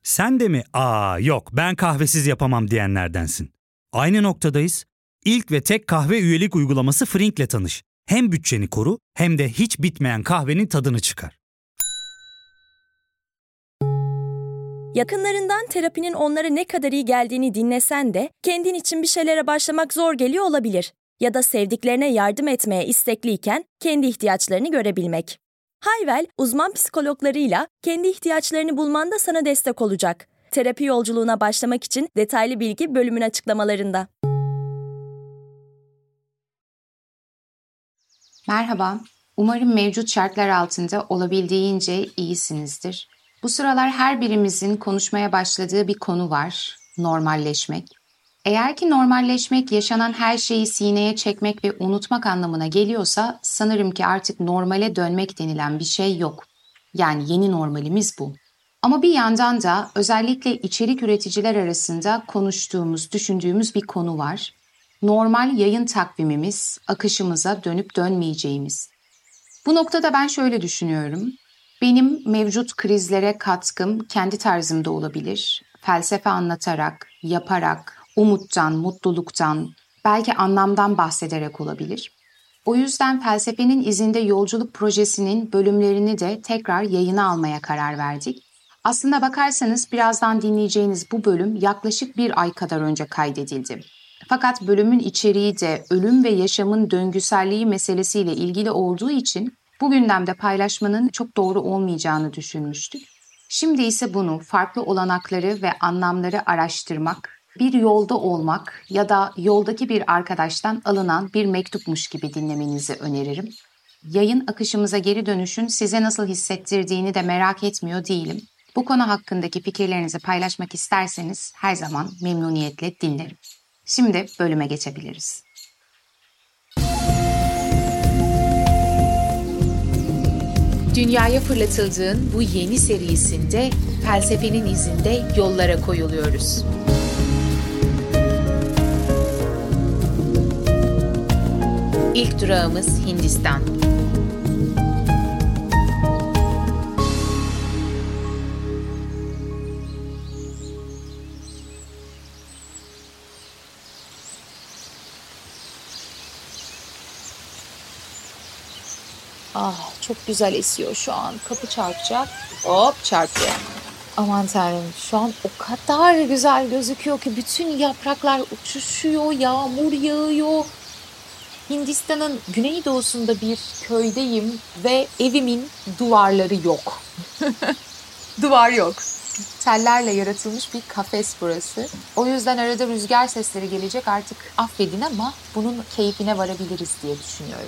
Sen de mi yok ben kahvesiz yapamam diyenlerdensin? Aynı noktadayız. İlk ve tek kahve üyelik uygulaması Frink'le tanış. Hem bütçeni koru hem de hiç bitmeyen kahvenin tadını çıkar. Yakınlarından terapinin onlara ne kadar iyi geldiğini dinlesen de kendin için bir şeylere başlamak zor geliyor olabilir. Ya da sevdiklerine yardım etmeye istekliyken kendi ihtiyaçlarını görebilmek. Hayvel, uzman psikologlarıyla kendi ihtiyaçlarını bulmanda sana destek olacak. Terapi yolculuğuna başlamak için detaylı bilgi bölümün açıklamalarında. Merhaba, umarım mevcut şartlar altında olabildiğince iyisinizdir. Bu sıralar her birimizin konuşmaya başladığı bir konu var, normalleşmek. Eğer ki normalleşmek yaşanan her şeyi sineye çekmek ve unutmak anlamına geliyorsa sanırım ki artık normale dönmek denilen bir şey yok. Yani yeni normalimiz bu. Ama bir yandan da özellikle içerik üreticiler arasında konuştuğumuz, düşündüğümüz bir konu var. Normal yayın takvimimiz, akışımıza dönüp dönmeyeceğimiz. Bu noktada ben şöyle düşünüyorum. Benim mevcut krizlere katkım kendi tarzımda olabilir. Felsefe anlatarak, yaparak, umuttan, mutluluktan, belki anlamdan bahsederek olabilir. O yüzden Felsefenin İzinde Yolculuk projesinin bölümlerini de tekrar yayına almaya karar verdik. Aslında bakarsanız birazdan dinleyeceğiniz bu bölüm yaklaşık 1 ay kadar önce kaydedildi. Fakat bölümün içeriği de ölüm ve yaşamın döngüselliği meselesiyle ilgili olduğu için bu gündemde paylaşmanın çok doğru olmayacağını düşünmüştük. Şimdi ise bunu farklı olanakları ve anlamları araştırmak, bir yolda olmak ya da yoldaki bir arkadaştan alınan bir mektupmuş gibi dinlemenizi öneririm. Yayın akışımıza geri dönüşün size nasıl hissettirdiğini de merak etmiyor değilim. Bu konu hakkındaki fikirlerinizi paylaşmak isterseniz her zaman memnuniyetle dinlerim. Şimdi bölüme geçebiliriz. Dünyaya fırlatıldığın bu yeni serisinde Felsefenin izinde yollara koyuluyoruz. İlk durağımız Hindistan. Çok güzel esiyor şu an. Kapı çarpacak. Hop çarptı. Aman tanrım, şu an o kadar güzel gözüküyor ki bütün yapraklar uçuşuyor, yağmur yağıyor. Hindistan'ın güneydoğusunda bir köydeyim ve evimin duvarları yok. Duvar yok. Tellerle yaratılmış bir kafes burası. O yüzden arada rüzgar sesleri gelecek, artık affedin ama bunun keyfine varabiliriz diye düşünüyorum.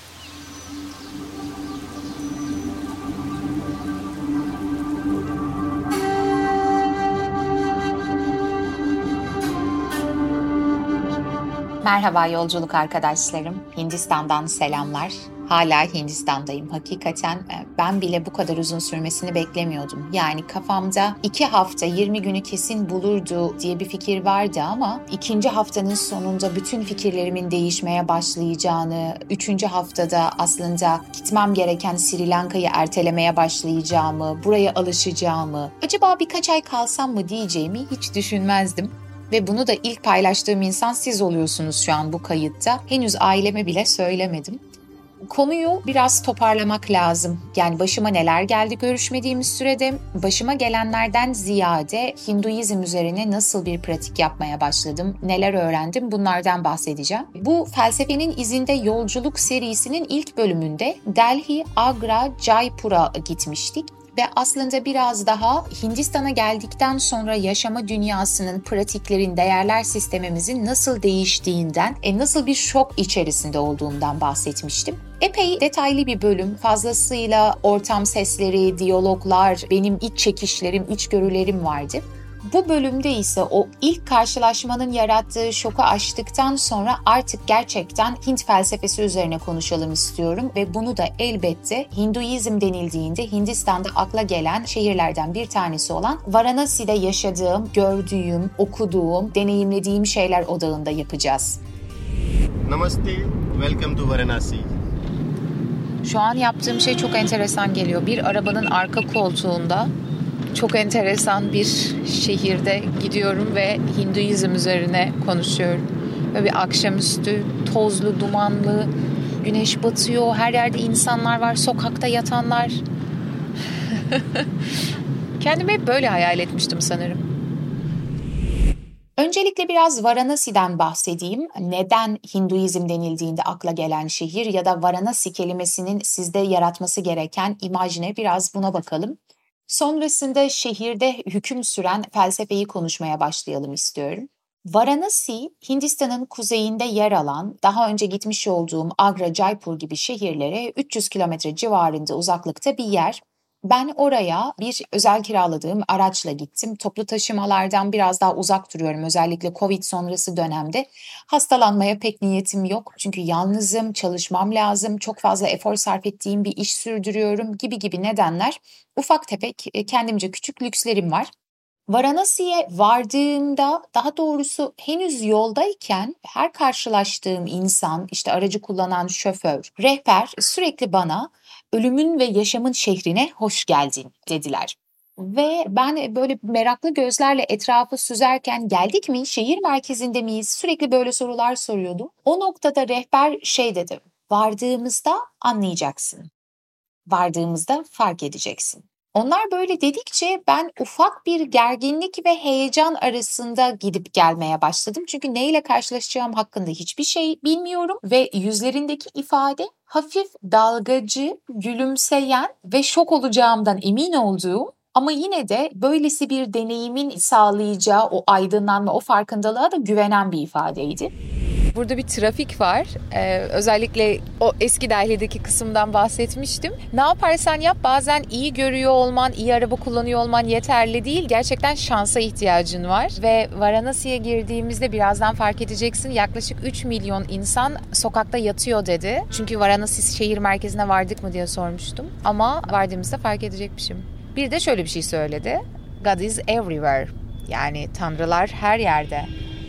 Merhaba yolculuk arkadaşlarım. Hindistan'dan selamlar. Hala Hindistan'dayım hakikaten. Ben bile bu kadar uzun sürmesini beklemiyordum. Yani kafamda 2 hafta 20 günü kesin bulurdu diye bir fikir vardı ama 2. haftanın sonunda bütün fikirlerimin değişmeye başlayacağını, 3. haftada aslında gitmem gereken Sri Lanka'yı ertelemeye başlayacağımı, buraya alışacağımı, acaba birkaç ay kalsam mı diyeceğimi hiç düşünmezdim. Ve bunu da ilk paylaştığım insan siz oluyorsunuz şu an bu kayıtta. Henüz aileme bile söylemedim. Konuyu biraz toparlamak lazım. Yani başıma neler geldi görüşmediğimiz sürede, başıma gelenlerden ziyade Hinduizm üzerine nasıl bir pratik yapmaya başladım, neler öğrendim, bunlardan bahsedeceğim. Bu Felsefenin İzinde Yolculuk serisinin ilk bölümünde Delhi, Agra, Jaipur'a gitmiştik. Ve aslında biraz daha Hindistan'a geldikten sonra yaşama dünyasının, pratiklerin, değerler sistemimizin nasıl değiştiğinden, nasıl bir şok içerisinde olduğundan bahsetmiştim. Epey detaylı bir bölüm, fazlasıyla ortam sesleri, diyaloglar, benim iç çekişlerim, içgörülerim vardı. Bu bölümde ise o ilk karşılaşmanın yarattığı şoku aştıktan sonra artık gerçekten Hint felsefesi üzerine konuşalım istiyorum ve bunu da elbette Hinduizm denildiğinde Hindistan'da akla gelen şehirlerden bir tanesi olan Varanasi'de yaşadığım, gördüğüm, okuduğum, deneyimlediğim şeyler odağında yapacağız. Namaste, welcome to Varanasi. Şu an yaptığım şey çok enteresan geliyor. Bir arabanın arka koltuğunda çok enteresan bir şehirde gidiyorum ve Hinduizm üzerine konuşuyorum. Böyle bir akşamüstü, tozlu, dumanlı, güneş batıyor, her yerde insanlar var, sokakta yatanlar. Kendimi hep böyle hayal etmiştim sanırım. Öncelikle biraz Varanasi'den bahsedeyim. Neden Hinduizm denildiğinde akla gelen şehir ya da Varanasi kelimesinin sizde yaratması gereken imajine biraz buna bakalım. Sonrasında şehirde hüküm süren felsefeyi konuşmaya başlayalım istiyorum. Varanasi, Hindistan'ın kuzeyinde yer alan, daha önce gitmiş olduğum Agra, Jaipur gibi şehirlere 300 kilometre civarında uzaklıkta bir yer. Ben oraya bir özel kiraladığım araçla gittim. Toplu taşımalardan biraz daha uzak duruyorum. Özellikle Covid sonrası dönemde hastalanmaya pek niyetim yok. Çünkü yalnızım, çalışmam lazım, çok fazla efor sarf ettiğim bir iş sürdürüyorum gibi nedenler. Ufak tefek kendimce küçük lükslerim var. Varanasi'ye vardığımda, daha doğrusu henüz yoldayken her karşılaştığım insan, işte aracı kullanan şoför, rehber sürekli bana ölümün ve yaşamın şehrine hoş geldin dediler. Ve ben böyle meraklı gözlerle etrafı süzerken geldik mi, şehir merkezinde miyiz, sürekli böyle sorular soruyordum. O noktada rehber şey dedi, vardığımızda anlayacaksın, vardığımızda fark edeceksin. Onlar böyle dedikçe ben ufak bir gerginlik ve heyecan arasında gidip gelmeye başladım. Çünkü neyle karşılaşacağım hakkında hiçbir şey bilmiyorum ve yüzlerindeki ifade hafif dalgacı, gülümseyen ve şok olacağımdan emin olduğum ama yine de böylesi bir deneyimin sağlayacağı o aydınlanma, o farkındalığa da güvenen bir ifadeydi. Burada bir trafik var. Özellikle o eski Delhi'deki kısımdan bahsetmiştim. Ne yaparsan yap bazen iyi görüyor olman, iyi araba kullanıyor olman yeterli değil. Gerçekten şansa ihtiyacın var. Ve Varanasi'ye girdiğimizde birazdan fark edeceksin yaklaşık 3 milyon insan sokakta yatıyor dedi. Çünkü Varanasi şehir merkezine vardık mı diye sormuştum. Ama vardığımızda fark edecekmişim. Bir de şöyle bir şey söyledi. God is everywhere. Yani tanrılar her yerde.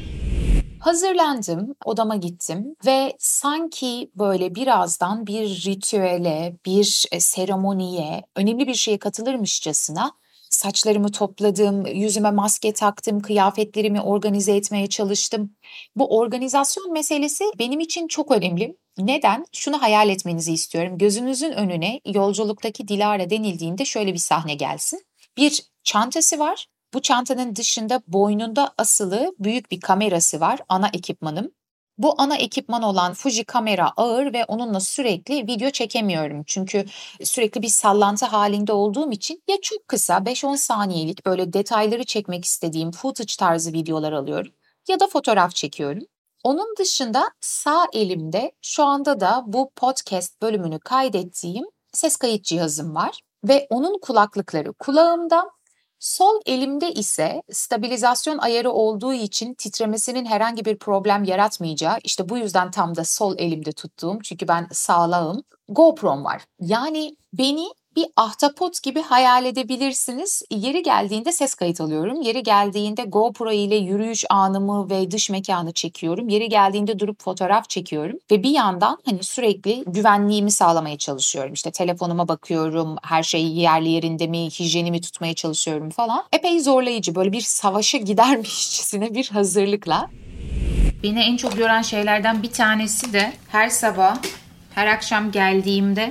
Hazırlandım, odama gittim ve sanki böyle birazdan bir ritüele, bir seremoniye, önemli bir şeye katılırmışçasına saçlarımı topladım, yüzüme maske taktım, kıyafetlerimi organize etmeye çalıştım. Bu organizasyon meselesi benim için çok önemli. Neden? Şunu hayal etmenizi istiyorum. Gözünüzün önüne yolculuktaki Dilara denildiğinde şöyle bir sahne gelsin. Bir çantası var. Bu çantanın dışında boynunda asılı büyük bir kamerası var, ana ekipmanım. Bu ana ekipman olan Fuji kamera ağır ve onunla sürekli video çekemiyorum. Çünkü sürekli bir sallantı halinde olduğum için ya çok kısa 5-10 saniyelik böyle detayları çekmek istediğim footage tarzı videolar alıyorum ya da fotoğraf çekiyorum. Onun dışında sağ elimde şu anda da bu podcast bölümünü kaydettiğim ses kayıt cihazım var ve onun kulaklıkları kulağımda. Sol elimde ise stabilizasyon ayarı olduğu için titremesinin herhangi bir problem yaratmayacağı, işte bu yüzden tam da sol elimde tuttuğum, çünkü ben sağlağım, GoPro'm var. Yani beni bir ahtapot gibi hayal edebilirsiniz. Yeri geldiğinde ses kayıt alıyorum. Yeri geldiğinde GoPro ile yürüyüş anımı ve dış mekanı çekiyorum. Yeri geldiğinde durup fotoğraf çekiyorum. Ve bir yandan hani sürekli güvenliğimi sağlamaya çalışıyorum. İşte telefonuma bakıyorum. Her şey yerli yerinde mi? Hijyenimi tutmaya çalışıyorum falan. Epey zorlayıcı. Böyle bir savaşa gidermişçesine bir hazırlıkla. Beni en çok yoran şeylerden bir tanesi de her sabah, her akşam geldiğimde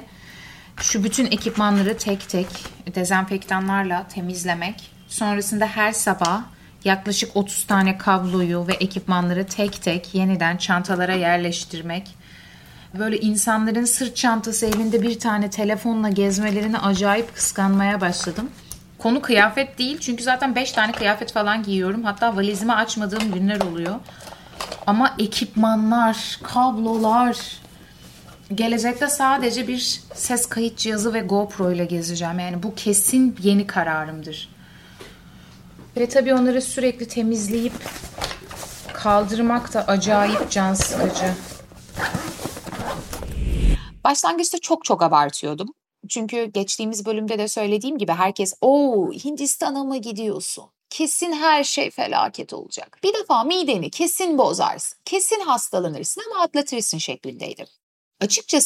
şu bütün ekipmanları tek tek dezenfektanlarla temizlemek. Sonrasında her sabah yaklaşık 30 tane kabloyu ve ekipmanları tek tek yeniden çantalara yerleştirmek. Böyle insanların sırt çantası elinde bir tane telefonla gezmelerini acayip kıskanmaya başladım. Konu kıyafet değil çünkü zaten 5 tane kıyafet falan giyiyorum. Hatta valizimi açmadığım günler oluyor. Ama ekipmanlar, kablolar... Gelecekte sadece bir ses kayıt cihazı ve GoPro ile gezeceğim. Yani bu kesin yeni kararımdır. Ve tabii onları sürekli temizleyip kaldırmak da acayip can sıkıcı. Başlangıçta çok abartıyordum. Çünkü geçtiğimiz bölümde de söylediğim gibi herkes Hindistan'a mı gidiyorsun? Kesin her şey felaket olacak. Bir defa mideni kesin bozarsın. Kesin hastalanırsın ama atlatırsın şeklindeydi. Açıkçası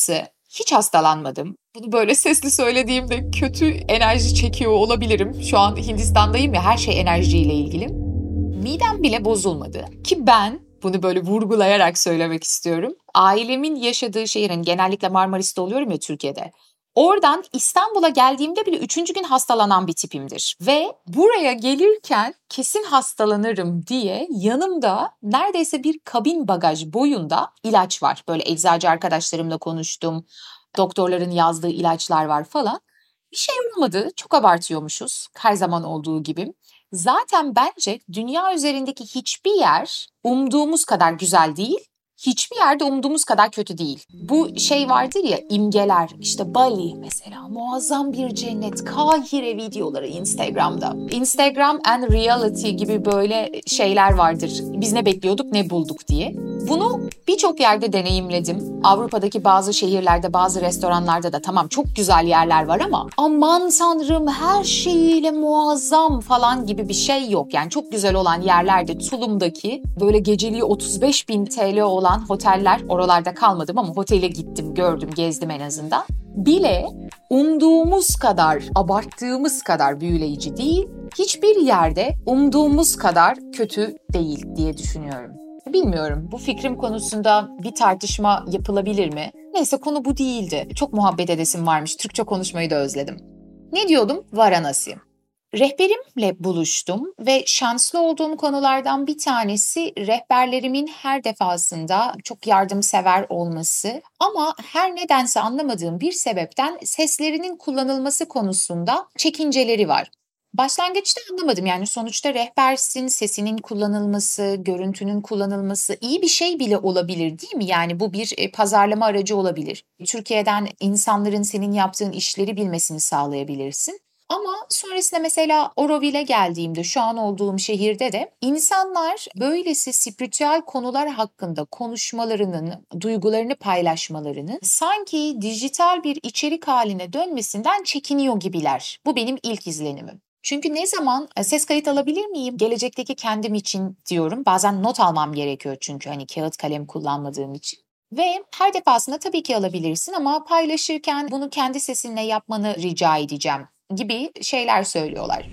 hiç hastalanmadım. Bunu böyle sesli söylediğimde kötü enerji çekiyor olabilirim. Şu an Hindistan'dayım ya, her şey enerjiyle ilgili. Midem bile bozulmadı. Ki ben bunu böyle vurgulayarak söylemek istiyorum. Ailemin yaşadığı şehrin, genellikle Marmaris'te oluyorum ya Türkiye'de. Oradan İstanbul'a geldiğimde bile 3. gün hastalanan bir tipimdir. Ve buraya gelirken kesin hastalanırım diye yanımda neredeyse bir kabin bagaj boyunda ilaç var. Böyle eczacı arkadaşlarımla konuştum. Doktorların yazdığı ilaçlar var falan. Bir şey olmadı. Çok abartıyormuşuz her zaman olduğu gibi. Zaten bence dünya üzerindeki hiçbir yer umduğumuz kadar güzel değil. Hiçbir yerde umduğumuz kadar kötü değil. Bu şey vardır ya, imgeler, işte Bali mesela muazzam bir cennet, Kahire videoları Instagram'da. Instagram and reality gibi böyle şeyler vardır. Biz ne bekliyorduk ne bulduk diye. Bunu birçok yerde deneyimledim. Avrupa'daki bazı şehirlerde, bazı restoranlarda da tamam çok güzel yerler var ama aman tanrım her şeyiyle muazzam falan gibi bir şey yok. Yani çok güzel olan yerlerde Tulum'daki böyle geceliği 35.000 TL olan oteller, oralarda kalmadım ama otele gittim, gördüm, gezdim en azından. Bile umduğumuz kadar, abarttığımız kadar büyüleyici değil, hiçbir yerde umduğumuz kadar kötü değil diye düşünüyorum. Bilmiyorum, bu fikrim konusunda bir tartışma yapılabilir mi? Neyse, konu bu değildi. Çok muhabbet edesim varmış, Türkçe konuşmayı da özledim. Ne diyordum? Varanasi. Rehberimle buluştum ve şanslı olduğum konulardan bir tanesi rehberlerimin her defasında çok yardımsever olması ama her nedense anlamadığım bir sebepten seslerinin kullanılması konusunda çekinceleri var. Başlangıçta anlamadım, yani sonuçta rehbersin, sesinin kullanılması, görüntünün kullanılması iyi bir şey bile olabilir değil mi? Yani bu bir pazarlama aracı olabilir. Türkiye'den insanların senin yaptığın işleri bilmesini sağlayabilirsin. Ama sonrasında mesela Oroville'e geldiğimde, şu an olduğum şehirde de insanlar böylesi spiritüel konular hakkında konuşmalarının, duygularını paylaşmalarının sanki dijital bir içerik haline dönmesinden çekiniyor gibiler. Bu benim ilk izlenimim. Çünkü ne zaman ses kayıt alabilir miyim? Gelecekteki kendim için diyorum. Bazen not almam gerekiyor çünkü hani kağıt kalem kullanmadığım için. Ve her defasında tabii ki alabilirsin ama paylaşırken bunu kendi sesinle yapmanı rica edeceğim gibi şeyler söylüyorlar.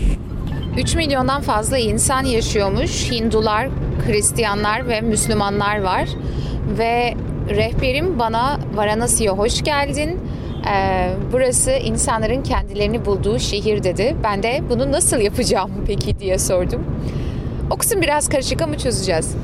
3 milyondan fazla insan yaşıyormuş. Hindular, Hristiyanlar ve Müslümanlar var. Ve rehberim bana Varanasi'ye hoş geldin. Burası insanların kendilerini bulduğu şehir dedi. Ben de bunu nasıl yapacağım peki diye sordum. O kısım biraz karışık ama çözeceğiz.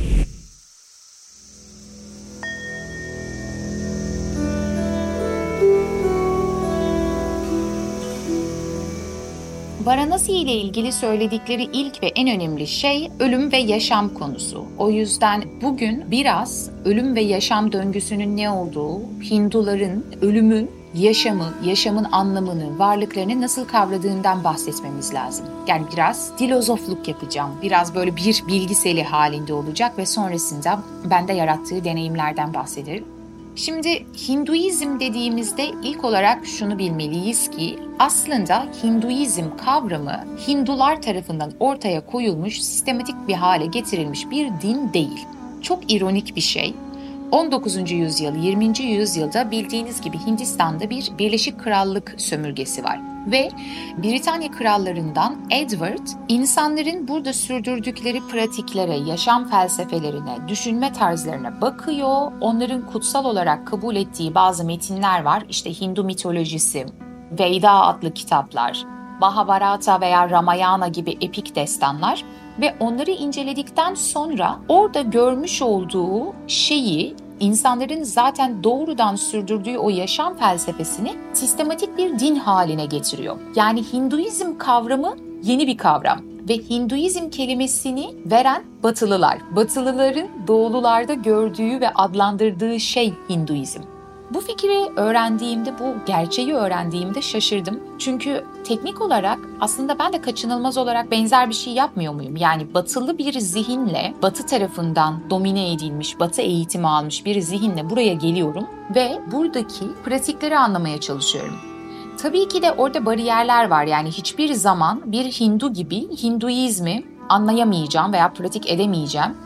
Varanasi ile ilgili söyledikleri ilk ve en önemli şey ölüm ve yaşam konusu. O yüzden bugün biraz ölüm ve yaşam döngüsünün ne olduğu, Hinduların ölümü, yaşamı, yaşamın anlamını, varlıklarını nasıl kavradığından bahsetmemiz lazım. Yani biraz filozofluk yapacağım. Biraz böyle bir bilgiseli halinde olacak ve sonrasında bende yarattığı deneyimlerden bahsederim. Şimdi Hinduizm dediğimizde ilk olarak şunu bilmeliyiz ki aslında Hinduizm kavramı Hindular tarafından ortaya koyulmuş, sistematik bir hale getirilmiş bir din değil. Çok ironik bir şey. 19. yüzyıl, 20. yüzyılda bildiğiniz gibi Hindistan'da bir Birleşik Krallık sömürgesi var. Ve Britanya krallarından Edward, insanların burada sürdürdükleri pratiklere, yaşam felsefelerine, düşünme tarzlarına bakıyor. Onların kutsal olarak kabul ettiği bazı metinler var. İşte Hindu mitolojisi, Veda adlı kitaplar, Mahabharata veya Ramayana gibi epik destanlar ve onları inceledikten sonra orada görmüş olduğu şeyi, insanların zaten doğrudan sürdürdüğü o yaşam felsefesini sistematik bir din haline getiriyor. Yani Hinduizm kavramı yeni bir kavram ve Hinduizm kelimesini veren Batılılar. Batılıların doğulularda gördüğü ve adlandırdığı şey Hinduizm. Bu fikri öğrendiğimde, bu gerçeği öğrendiğimde şaşırdım. Çünkü teknik olarak aslında ben de kaçınılmaz olarak benzer bir şey yapmıyor muyum? Yani batılı bir zihinle, batı tarafından domine edilmiş, batı eğitimi almış bir zihinle buraya geliyorum ve buradaki pratikleri anlamaya çalışıyorum. Tabii ki de orada bariyerler var. Yani hiçbir zaman bir Hindu gibi Hinduizmi anlayamayacağım veya pratik edemeyeceğim.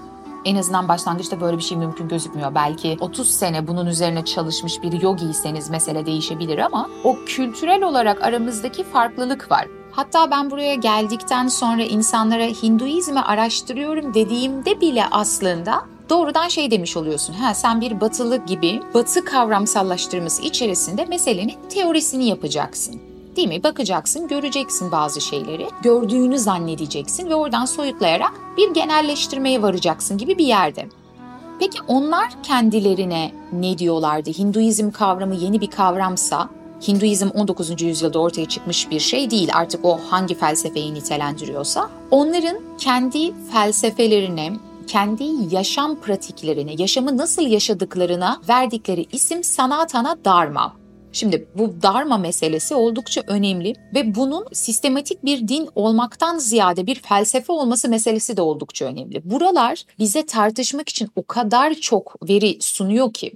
En azından başlangıçta böyle bir şey mümkün gözükmüyor. Belki 30 sene bunun üzerine çalışmış bir yogiyseniz mesele değişebilir ama o kültürel olarak aramızdaki farklılık var. Hatta ben buraya geldikten sonra insanlara Hinduizmi araştırıyorum dediğimde bile aslında doğrudan şey demiş oluyorsun. Sen bir batılı gibi batı kavramsallaştırması içerisinde meselenin teorisini yapacaksın. Değil mi? Bakacaksın, göreceksin bazı şeyleri, gördüğünü zannedeceksin ve oradan soyutlayarak bir genelleştirmeye varacaksın gibi bir yerde. Peki onlar kendilerine ne diyorlardı? Hinduizm kavramı yeni bir kavramsa, Hinduizm 19. yüzyılda ortaya çıkmış bir şey değil, artık o hangi felsefeyi nitelendiriyorsa, onların kendi felsefelerine, kendi yaşam pratiklerine, yaşamı nasıl yaşadıklarına verdikleri isim Sanatana Dharma. Şimdi bu Dharma meselesi oldukça önemli ve bunun sistematik bir din olmaktan ziyade bir felsefe olması meselesi de oldukça önemli. Buralar bize tartışmak için o kadar çok veri sunuyor ki.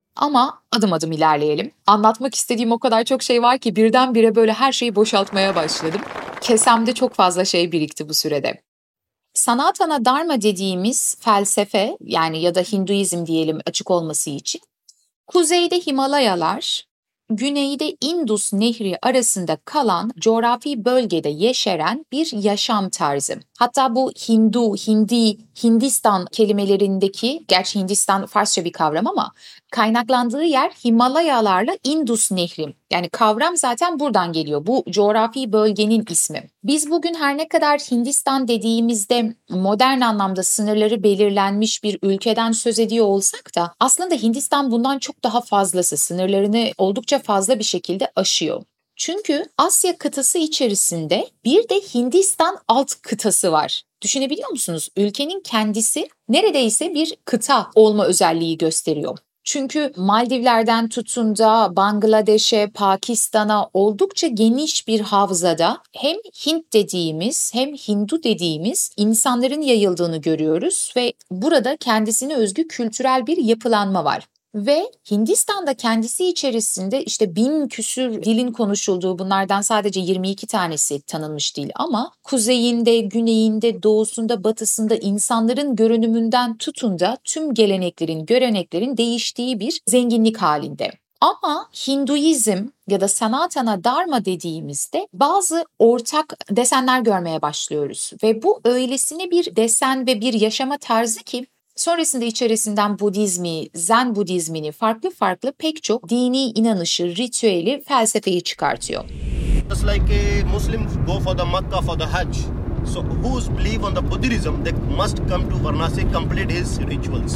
Ama adım adım ilerleyelim. Anlatmak istediğim o kadar çok şey var ki birdenbire böyle her şeyi boşaltmaya başladım. Kesemde çok fazla şey birikti bu sürede. Sanatana Dharma dediğimiz felsefe, yani ya da Hinduizm diyelim açık olması için, kuzeyde Himalayalar, güneyde Indus Nehri arasında kalan coğrafi bölgede yeşeren bir yaşam tarzı. Hatta bu Hindu, Hindi, Hindistan kelimelerindeki, gerçi Hindistan Farsça bir kavram ama kaynaklandığı yer Himalayalarla Indus Nehri. Yani kavram zaten buradan geliyor. Bu coğrafi bölgenin ismi. Biz bugün her ne kadar Hindistan dediğimizde modern anlamda sınırları belirlenmiş bir ülkeden söz ediyor olsak da aslında Hindistan bundan çok daha fazlası, sınırlarını oldukça fazla bir şekilde aşıyor. Çünkü Asya kıtası içerisinde bir de Hindistan alt kıtası var. Düşünebiliyor musunuz? Ülkenin kendisi neredeyse bir kıta olma özelliği gösteriyor. Çünkü Maldivler'den tutun da Bangladeş'e, Pakistan'a oldukça geniş bir havzada hem Hint dediğimiz hem Hindu dediğimiz insanların yayıldığını görüyoruz ve burada kendisine özgü kültürel bir yapılanma var. Ve Hindistan'da kendisi içerisinde işte 1000 küsür dilin konuşulduğu, bunlardan sadece 22 tanesi tanınmış değil ama kuzeyinde, güneyinde, doğusunda, batısında insanların görünümünden tutun da tüm geleneklerin, göreneklerin değiştiği bir zenginlik halinde. Ama Hinduizm ya da Sanatana Dharma dediğimizde bazı ortak desenler görmeye başlıyoruz ve bu öylesine bir desen ve bir yaşama tarzı ki sonrasında içerisinden Budizmi, Zen Budizmini, farklı pek çok dini inanışı, ritüeli, felsefeyi çıkartıyor. Just like a Muslim go for the Makkah for the Hajj. So who's believe on the Buddhism, they must come to Varanasi, complete his rituals.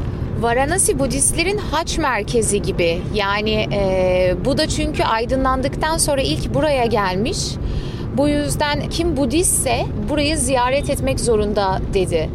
Varanasi Budistlerin haç merkezi gibi. Yani bu da çünkü aydınlandıktan sonra ilk buraya gelmiş. Bu yüzden kim Budistse burayı ziyaret etmek zorunda dedi.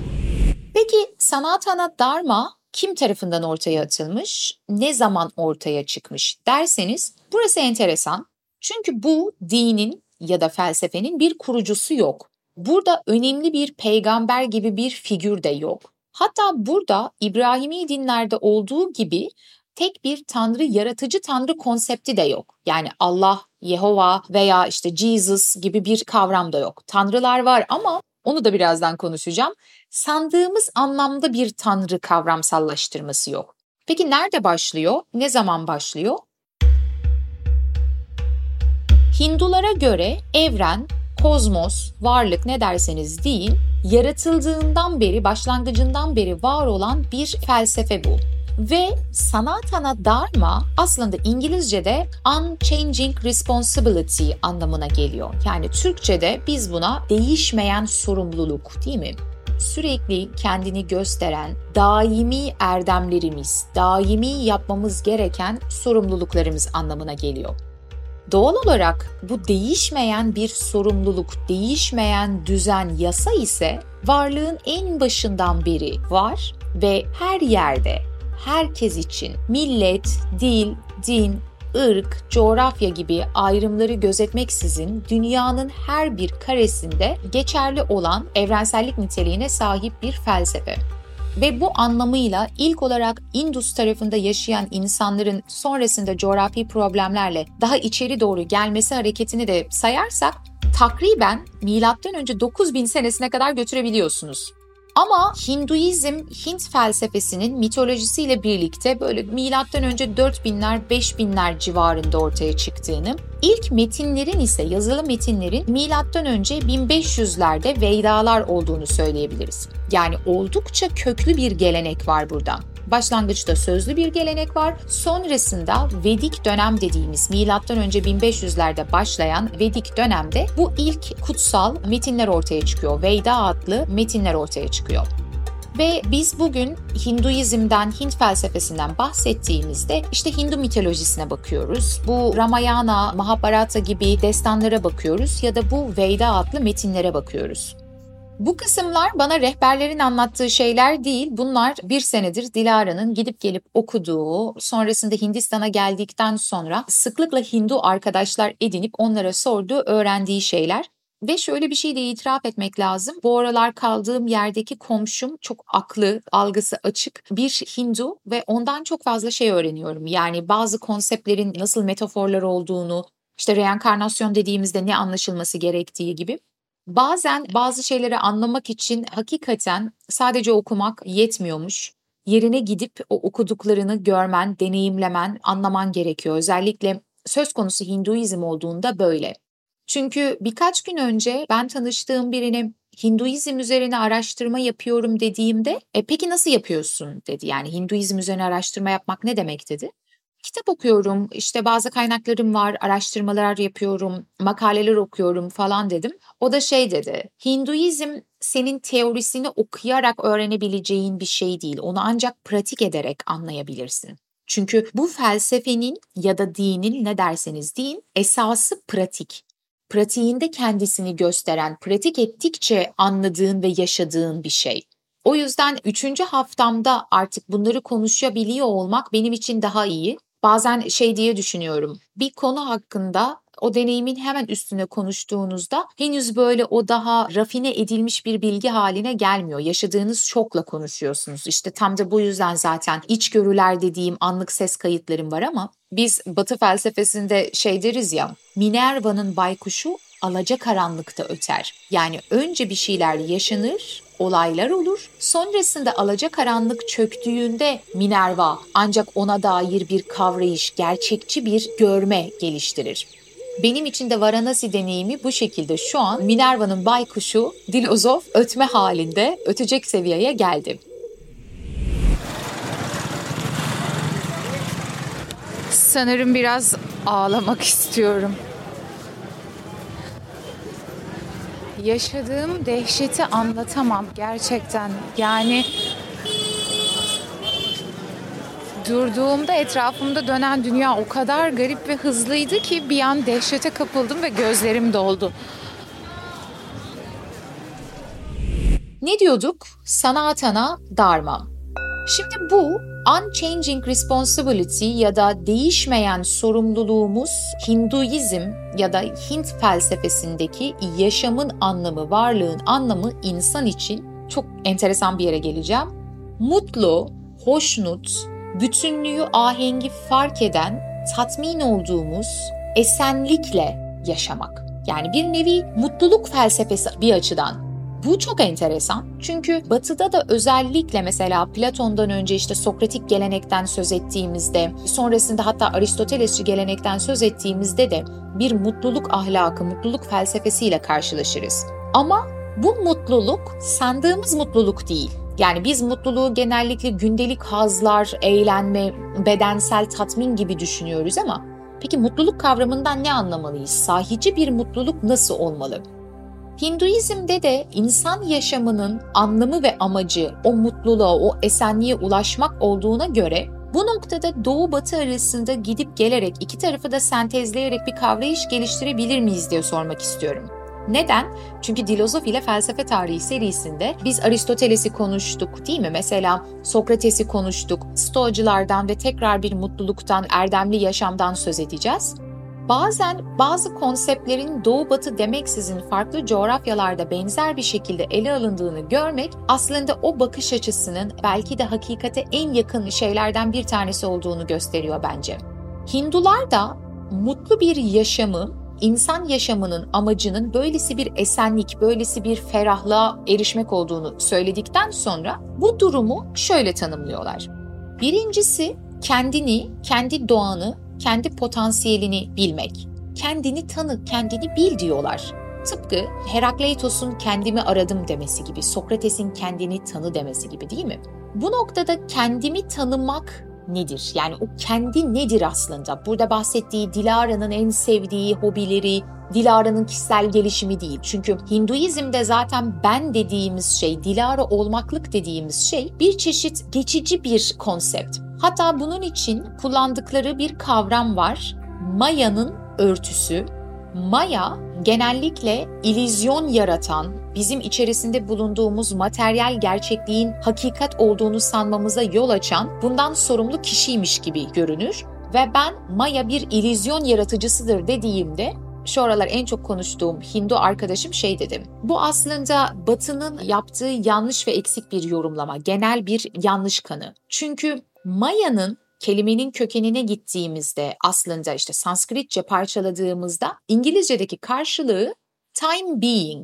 Peki Sanatana Dharma kim tarafından ortaya atılmış, ne zaman ortaya çıkmış derseniz burası enteresan. Çünkü bu dinin ya da felsefenin bir kurucusu yok. Burada önemli bir peygamber gibi bir figür de yok. Hatta burada İbrahimi dinlerde olduğu gibi tek bir tanrı, yaratıcı tanrı konsepti de yok. Yani Allah, Yehova veya işte Jesus gibi bir kavram da yok. Tanrılar var ama onu da birazdan konuşacağım. Sandığımız anlamda bir tanrı kavramsallaştırması yok. Peki nerede başlıyor? Ne zaman başlıyor? Hindulara göre evren, kozmos, varlık ne derseniz deyin, yaratıldığından beri, başlangıcından beri var olan bir felsefe bu. Ve Sanatana Dharma aslında İngilizce'de unchanging responsibility anlamına geliyor. Yani Türkçe'de biz buna değişmeyen sorumluluk, değil mi? Sürekli kendini gösteren daimi erdemlerimiz, daimi yapmamız gereken sorumluluklarımız anlamına geliyor. Doğal olarak bu değişmeyen bir sorumluluk, değişmeyen düzen, yasa ise varlığın en başından beri var ve her yerde, herkes için millet, dil, din, ırk, coğrafya gibi ayrımları gözetmeksizin dünyanın her bir karesinde geçerli olan evrensellik niteliğine sahip bir felsefe. Ve bu anlamıyla ilk olarak Indus tarafında yaşayan insanların sonrasında coğrafi problemlerle daha içeri doğru gelmesi hareketini de sayarsak takriben M.Ö. 9000 senesine kadar götürebiliyorsunuz. Ama Hinduizm, Hint felsefesinin mitolojisiyle birlikte böyle milattan önce 4000'ler, 5000'ler civarında ortaya çıktığını, ilk metinlerin ise yazılı metinlerin milattan önce 1500'lerde Vedalar olduğunu söyleyebiliriz. Yani oldukça köklü bir gelenek var burada. Başlangıçta sözlü bir gelenek var. Sonrasında Vedik dönem dediğimiz milattan önce 1500'lerde başlayan Vedik dönemde bu ilk kutsal metinler ortaya çıkıyor. Veda adlı metinler ortaya çıkıyor. Ve biz bugün Hinduizm'den, Hint felsefesinden bahsettiğimizde işte Hindu mitolojisine bakıyoruz. Bu Ramayana, Mahabharata gibi destanlara bakıyoruz ya da bu Veda adlı metinlere bakıyoruz. Bu kısımlar bana rehberlerin anlattığı şeyler değil. Bunlar bir senedir Dilara'nın gidip gelip okuduğu, sonrasında Hindistan'a geldikten sonra sıklıkla Hindu arkadaşlar edinip onlara sorduğu, öğrendiği şeyler. Ve şöyle bir şey de itiraf etmek lazım. Bu aralar kaldığım yerdeki komşum çok aklı, algısı açık bir Hindu ve ondan çok fazla şey öğreniyorum. Yani bazı konseptlerin nasıl metaforlar olduğunu, işte reenkarnasyon dediğimizde ne anlaşılması gerektiği gibi. Bazen bazı şeyleri anlamak için hakikaten sadece okumak yetmiyormuş. Yerine gidip o okuduklarını görmen, deneyimlemen, anlaman gerekiyor. Özellikle söz konusu Hinduizm olduğunda böyle. Çünkü birkaç gün önce ben tanıştığım birine Hinduizm üzerine araştırma yapıyorum dediğimde peki nasıl yapıyorsun dedi. Yani Hinduizm üzerine araştırma yapmak ne demek dedi. Kitap okuyorum, işte bazı kaynaklarım var, araştırmalar yapıyorum, makaleler okuyorum falan dedim. O da şey dedi, Hinduizm senin teorisini okuyarak öğrenebileceğin bir şey değil. Onu ancak pratik ederek anlayabilirsin. Çünkü bu felsefenin ya da dinin ne derseniz deyin esası pratik. Pratiğinde kendisini gösteren, pratik ettikçe anladığın ve yaşadığın bir şey. O yüzden 3. haftamda artık bunları konuşabiliyor olmak benim için daha iyi. Bazen şey diye düşünüyorum, bir konu hakkında o deneyimin hemen üstüne konuştuğunuzda henüz böyle o daha rafine edilmiş bir bilgi haline gelmiyor. Yaşadığınız şokla konuşuyorsunuz. İşte tam da bu yüzden zaten içgörüler dediğim anlık ses kayıtlarım var ama biz Batı felsefesinde şey deriz ya, Minerva'nın baykuşu alacakaranlıkta öter. Yani önce bir şeyler yaşanır, olaylar olur. Sonrasında alacakaranlık çöktüğünde Minerva ancak ona dair bir kavrayış, gerçekçi bir görme geliştirir. Benim için de Varanasi deneyimi bu şekilde şu an Minerva'nın baykuşu dilozof ötme halinde ötecek seviyeye geldi. Sanırım biraz ağlamak istiyorum. Yaşadığım dehşeti anlatamam gerçekten. Yani durduğumda etrafımda dönen dünya o kadar garip ve hızlıydı ki bir an dehşete kapıldım ve gözlerim doldu. Ne diyorduk? Sanatana Dharma. Şimdi bu unchanging responsibility ya da değişmeyen sorumluluğumuz Hinduizm ya da Hint felsefesindeki yaşamın anlamı, varlığın anlamı insan için çok enteresan bir yere geleceğim. Mutlu, hoşnut, bütünlüğü, ahengi fark eden, tatmin olduğumuz esenlikle yaşamak. Yani bir nevi mutluluk felsefesi bir açıdan. Bu çok enteresan çünkü Batı'da da özellikle mesela Platon'dan önce işte Sokratik gelenekten söz ettiğimizde, sonrasında hatta Aristotelesçi gelenekten söz ettiğimizde de bir mutluluk ahlakı, mutluluk felsefesiyle karşılaşırız. Ama bu mutluluk sandığımız mutluluk değil. Yani biz mutluluğu genellikle gündelik hazlar, eğlenme, bedensel tatmin gibi düşünüyoruz ama peki mutluluk kavramından ne anlamalıyız? Sahici bir mutluluk nasıl olmalı? Hinduizm'de de insan yaşamının anlamı ve amacı o mutluluğa, o esenliğe ulaşmak olduğuna göre bu noktada Doğu-Batı arasında gidip gelerek iki tarafı da sentezleyerek bir kavrayış geliştirebilir miyiz diye sormak istiyorum. Neden? Çünkü Dilozof ile Felsefe Tarihi serisinde biz Aristoteles'i konuştuk değil mi? Mesela Sokrates'i konuştuk, Stoacılardan ve tekrar bir mutluluktan, erdemli yaşamdan söz edeceğiz. Bazen bazı konseptlerin Doğu-Batı demeksizin farklı coğrafyalarda benzer bir şekilde ele alındığını görmek aslında o bakış açısının belki de hakikate en yakın şeylerden bir tanesi olduğunu gösteriyor bence. Hindular da mutlu bir yaşamı insan yaşamının amacının böylesi bir esenlik, böylesi bir ferahlığa erişmek olduğunu söyledikten sonra bu durumu şöyle tanımlıyorlar. Birincisi kendini, kendi doğanı, kendi potansiyelini bilmek. Kendini tanı, kendini bil diyorlar. Tıpkı Herakleitos'un kendimi aradım demesi gibi, Sokrates'in kendini tanı demesi gibi değil mi? Bu noktada kendimi tanımak nedir? Yani o kendi nedir aslında? Burada bahsettiği Dilara'nın en sevdiği hobileri, Dilara'nın kişisel gelişimi değil. Çünkü Hinduizm'de zaten ben dediğimiz şey, Dilara olmaklık dediğimiz şey bir çeşit geçici bir konsept. Hatta bunun için kullandıkları bir kavram var. Maya'nın örtüsü. Maya genellikle illüzyon yaratan, bizim içerisinde bulunduğumuz materyal gerçekliğin hakikat olduğunu sanmamıza yol açan, bundan sorumlu kişiymiş gibi görünür. Ve ben Maya bir illüzyon yaratıcısıdır dediğimde şu aralar en çok konuştuğum Hindu arkadaşım şey dedim. Bu aslında Batı'nın yaptığı yanlış ve eksik bir yorumlama, genel bir yanlış kanı. Çünkü Maya'nın kelimenin kökenine gittiğimizde aslında işte Sanskritçe parçaladığımızda İngilizce'deki karşılığı time being.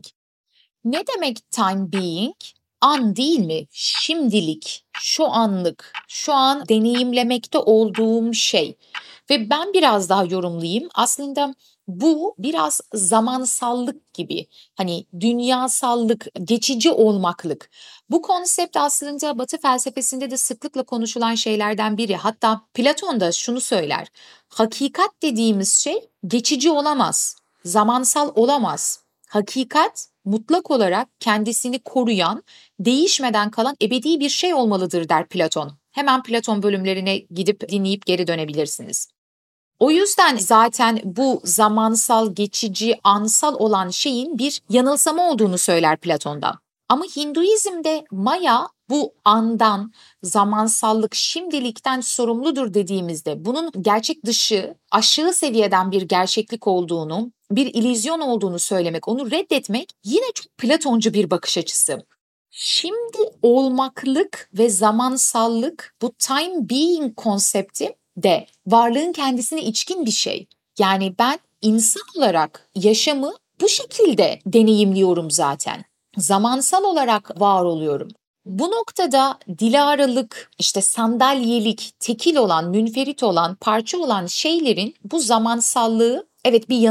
Ne demek time being? An değil mi? Şimdilik, şu anlık, şu an deneyimlemekte olduğum şey. Ve ben biraz daha yorumlayayım. Aslında bu biraz zamansallık gibi, hani dünyasallık, geçici olmaklık. Bu konsept aslında Batı felsefesinde de sıklıkla konuşulan şeylerden biri. Hatta Platon da şunu söyler. Hakikat dediğimiz şey geçici olamaz, zamansal olamaz. Hakikat mutlak olarak kendisini koruyan, değişmeden kalan ebedi bir şey olmalıdır der Platon. Hemen Platon bölümlerine gidip dinleyip geri dönebilirsiniz. O yüzden zaten bu zamansal, geçici, ansal olan şeyin bir yanılsama olduğunu söyler Platon'dan. Ama Hinduizm'de Maya bu andan, zamansallık, şimdilikten sorumludur dediğimizde bunun gerçek dışı, aşağı seviyeden bir gerçeklik olduğunu, bir illüzyon olduğunu söylemek, onu reddetmek yine çok Platoncu bir bakış açısı. Şimdi olmaklık ve zamansallık, bu time being konsepti de varlığın kendisine içkin bir şey. Yani ben insan olarak yaşamı bu şekilde deneyimliyorum zaten. Zamansal olarak var oluyorum. Bu noktada Dilaralık, işte sandalyelik, tekil olan, münferit olan, parça olan şeylerin bu zamansallığı, evet bir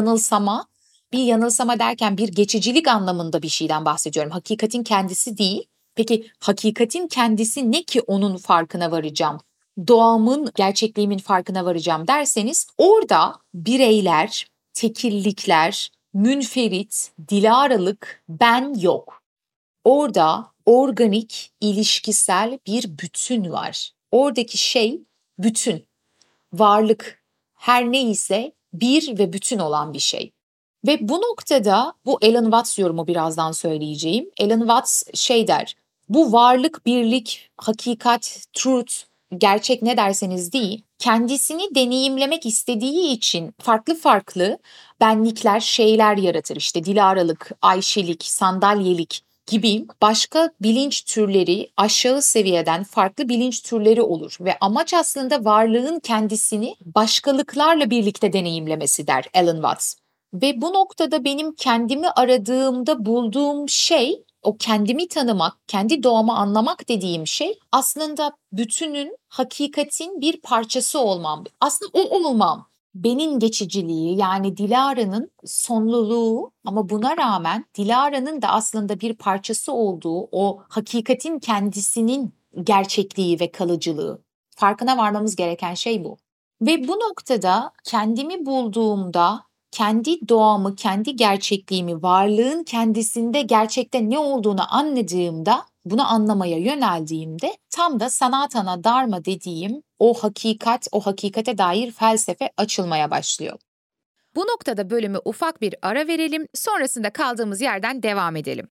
yanılsama derken bir geçicilik anlamında bir şeyden bahsediyorum. Hakikatin kendisi değil. Peki hakikatin kendisi ne ki onun farkına varacağım? Doğamın, gerçekliğimin farkına varacağım derseniz orada bireyler, tekillikler, münferit, dilaralık, ben yok. Orada organik, ilişkisel bir bütün var. Oradaki şey bütün, varlık, her neyse bir ve bütün olan bir şey. Ve bu noktada bu Alan Watts yorumu birazdan söyleyeceğim. Alan Watts şey der, bu varlık, birlik, hakikat, truth, gerçek ne derseniz değil, kendisini deneyimlemek istediği için farklı benlikler, şeyler yaratır. İşte dilaralık, ayşelik, sandalyelik gibi başka bilinç türleri, aşağı seviyeden farklı bilinç türleri olur. Ve amaç aslında varlığın kendisini başkalıklarla birlikte deneyimlemesi der Alan Watts. Ve bu noktada benim kendimi aradığımda bulduğum şey, o kendimi tanımak, kendi doğamı anlamak dediğim şey aslında bütünün, hakikatin bir parçası olmam. Aslında o olmam. Benim geçiciliği, yani Dilara'nın sonluluğu, ama buna rağmen Dilara'nın da aslında bir parçası olduğu o hakikatin kendisinin gerçekliği ve kalıcılığı. Farkına varmamız gereken şey bu. Ve bu noktada kendimi bulduğumda, kendi doğamı, kendi gerçekliğimi, varlığın kendisinde gerçekte ne olduğunu anladığımda, bunu anlamaya yöneldiğimde tam da Sanatana Dharma dediğim o hakikat, o hakikate dair felsefe açılmaya başlıyor. Bu noktada bölümü ufak bir ara verelim, sonrasında kaldığımız yerden devam edelim.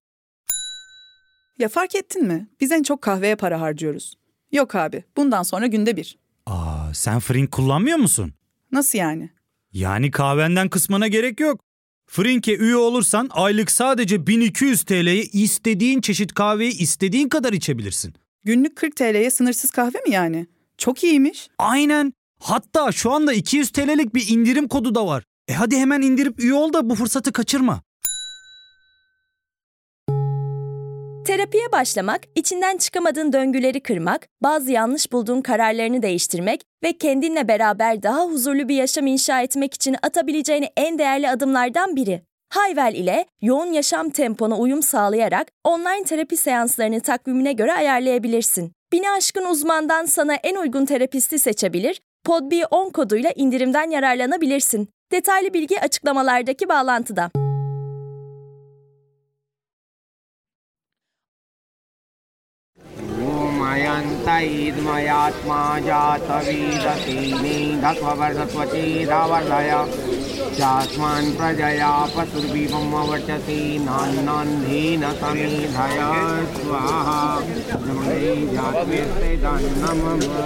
Ya fark ettin mi? Biz en çok kahveye para harcıyoruz. Yok abi, bundan sonra günde bir. Sen Frink kullanmıyor musun? Nasıl yani? Yani kahvenden kısmına gerek yok. Frink'e üye olursan aylık sadece 1200 TL'ye istediğin çeşit kahveyi istediğin kadar içebilirsin. Günlük 40 TL'ye sınırsız kahve mi yani? Çok iyiymiş. Aynen. Hatta şu anda 200 TL'lik bir indirim kodu da var. Hadi hemen indirip üye ol da bu fırsatı kaçırma. Terapiye başlamak, içinden çıkamadığın döngüleri kırmak, bazı yanlış bulduğun kararlarını değiştirmek ve kendinle beraber daha huzurlu bir yaşam inşa etmek için atabileceğin en değerli adımlardan biri. Hayvel ile yoğun yaşam tempona uyum sağlayarak online terapi seanslarını takvimine göre ayarlayabilirsin. 1000'i aşkın uzmandan sana en uygun terapisti seçebilir, PodB10 koduyla indirimden yararlanabilirsin. Detaylı bilgi açıklamalardaki bağlantıda. Jasman prajaya pasurvivam avarchasi nanandhena samidhaya swaha namane jatmeste dannam.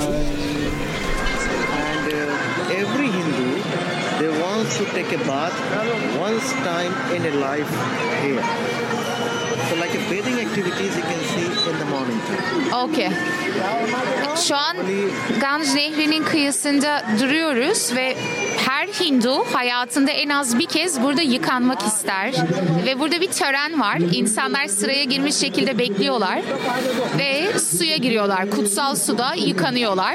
And every Hindu, they want to take a bath once time in a life here. So like a bathing activities you can see in the morning time. Okay. Şu an Ganj Nehri'nin kıyısında duruyoruz ve her Hindu hayatında en az bir kez burada yıkanmak ister. Ve burada bir tören var. İnsanlar sıraya girmiş şekilde bekliyorlar ve suya giriyorlar. Kutsal suda yıkanıyorlar.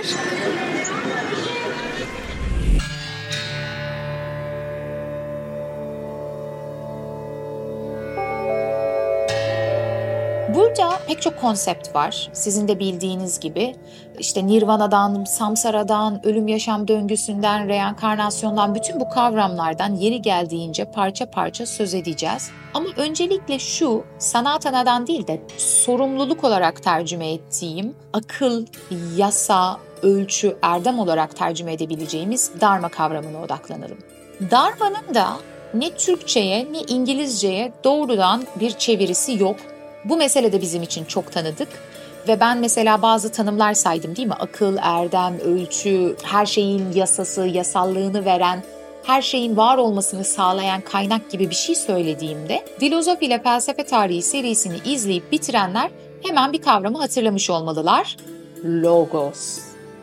Burada pek çok konsept var. Sizin de bildiğiniz gibi işte Nirvana'dan, Samsara'dan, ölüm yaşam döngüsünden, reenkarnasyondan bütün bu kavramlardan yeri geldiğince parça parça söz edeceğiz. Ama öncelikle şu Sanatana'dan değil de sorumluluk olarak tercüme ettiğim akıl, yasa, ölçü, erdem olarak tercüme edebileceğimiz Dharma kavramına odaklanalım. Dharma'nın da ne Türkçe'ye ne İngilizce'ye doğrudan bir çevirisi yok. Bu mesele de bizim için çok tanıdık ve ben mesela bazı tanımlar saydım değil mi? Akıl, erdem, ölçü, her şeyin yasası, yasallığını veren, her şeyin var olmasını sağlayan kaynak gibi bir şey söylediğimde Filozofi ile Felsefe Tarihi serisini izleyip bitirenler hemen bir kavramı hatırlamış olmalılar. Logos.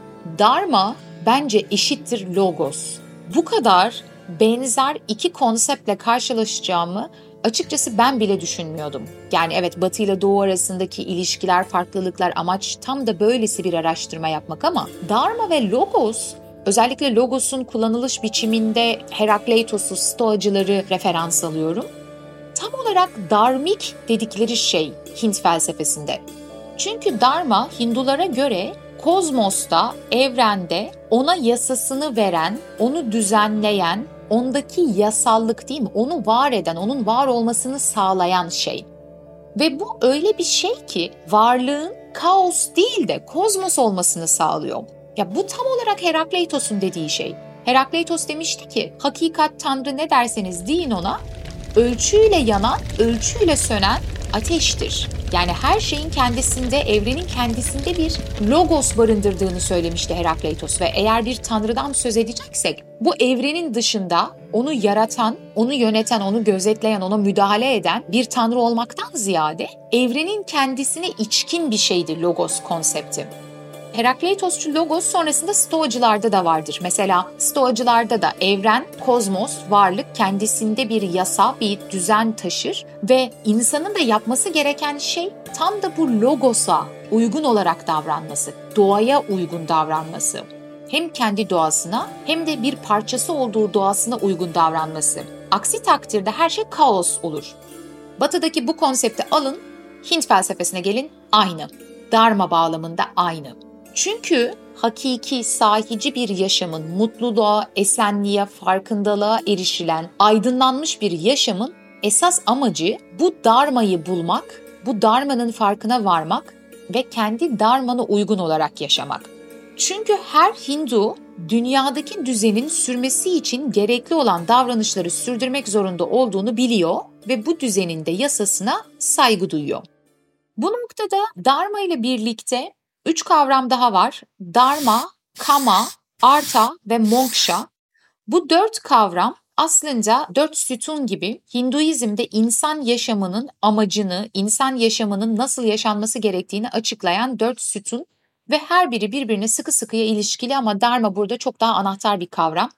Dharma bence eşittir logos. Bu kadar benzer iki konseptle karşılaşacağımı açıkçası ben bile düşünmüyordum. Yani evet Batı ile Doğu arasındaki ilişkiler, farklılıklar, amaç tam da böylesi bir araştırma yapmak ama Dharma ve Logos, özellikle Logos'un kullanılış biçiminde Herakleitos'u, Stoacıları referans alıyorum. Tam olarak dharmik dedikleri şey Hint felsefesinde. Çünkü Dharma Hindulara göre kozmosta, evrende ona yasasını veren, onu düzenleyen, ondaki yasallık değil mi? Onu var eden, onun var olmasını sağlayan şey. Ve bu öyle bir şey ki varlığın kaos değil de kozmos olmasını sağlıyor. Ya bu tam olarak Herakleitos'un dediği şey. Herakleitos demişti ki hakikat Tanrı ne derseniz deyin ona, ölçüyle yanan, ölçüyle sönen ateştir. Yani her şeyin kendisinde, evrenin kendisinde bir logos barındırdığını söylemişti Herakleitos ve eğer bir tanrıdan söz edeceksek bu evrenin dışında onu yaratan, onu yöneten, onu gözetleyen, ona müdahale eden bir tanrı olmaktan ziyade evrenin kendisine içkin bir şeydir logos konsepti. Herakleitosçu logos sonrasında Stoacılarda da vardır. Mesela Stoacılarda da evren, kozmos, varlık kendisinde bir yasa, bir düzen taşır ve insanın da yapması gereken şey tam da bu logosa uygun olarak davranması, doğaya uygun davranması. Hem kendi doğasına hem de bir parçası olduğu doğasına uygun davranması. Aksi takdirde her şey kaos olur. Batı'daki bu konsepti alın, Hint felsefesine gelin, aynı. Dharma bağlamında aynı. Çünkü hakiki, sahici bir yaşamın, mutluluğa, esenliğe, farkındalığa erişilen, aydınlanmış bir yaşamın esas amacı bu dharmayı bulmak, bu dharmanın farkına varmak ve kendi dharmana uygun olarak yaşamak. Çünkü her Hindu dünyadaki düzenin sürmesi için gerekli olan davranışları sürdürmek zorunda olduğunu biliyor ve bu düzenin de yasasına saygı duyuyor. Bu noktada Dharma ile birlikte 3 kavram daha var. Dharma, Kama, Artha ve Moksha. Bu 4 kavram aslında 4 sütun gibi Hinduizm'de insan yaşamının amacını, insan yaşamının nasıl yaşanması gerektiğini açıklayan 4 sütun ve her biri birbirine sıkı sıkıya ilişkili ama Dharma burada çok daha anahtar bir kavram.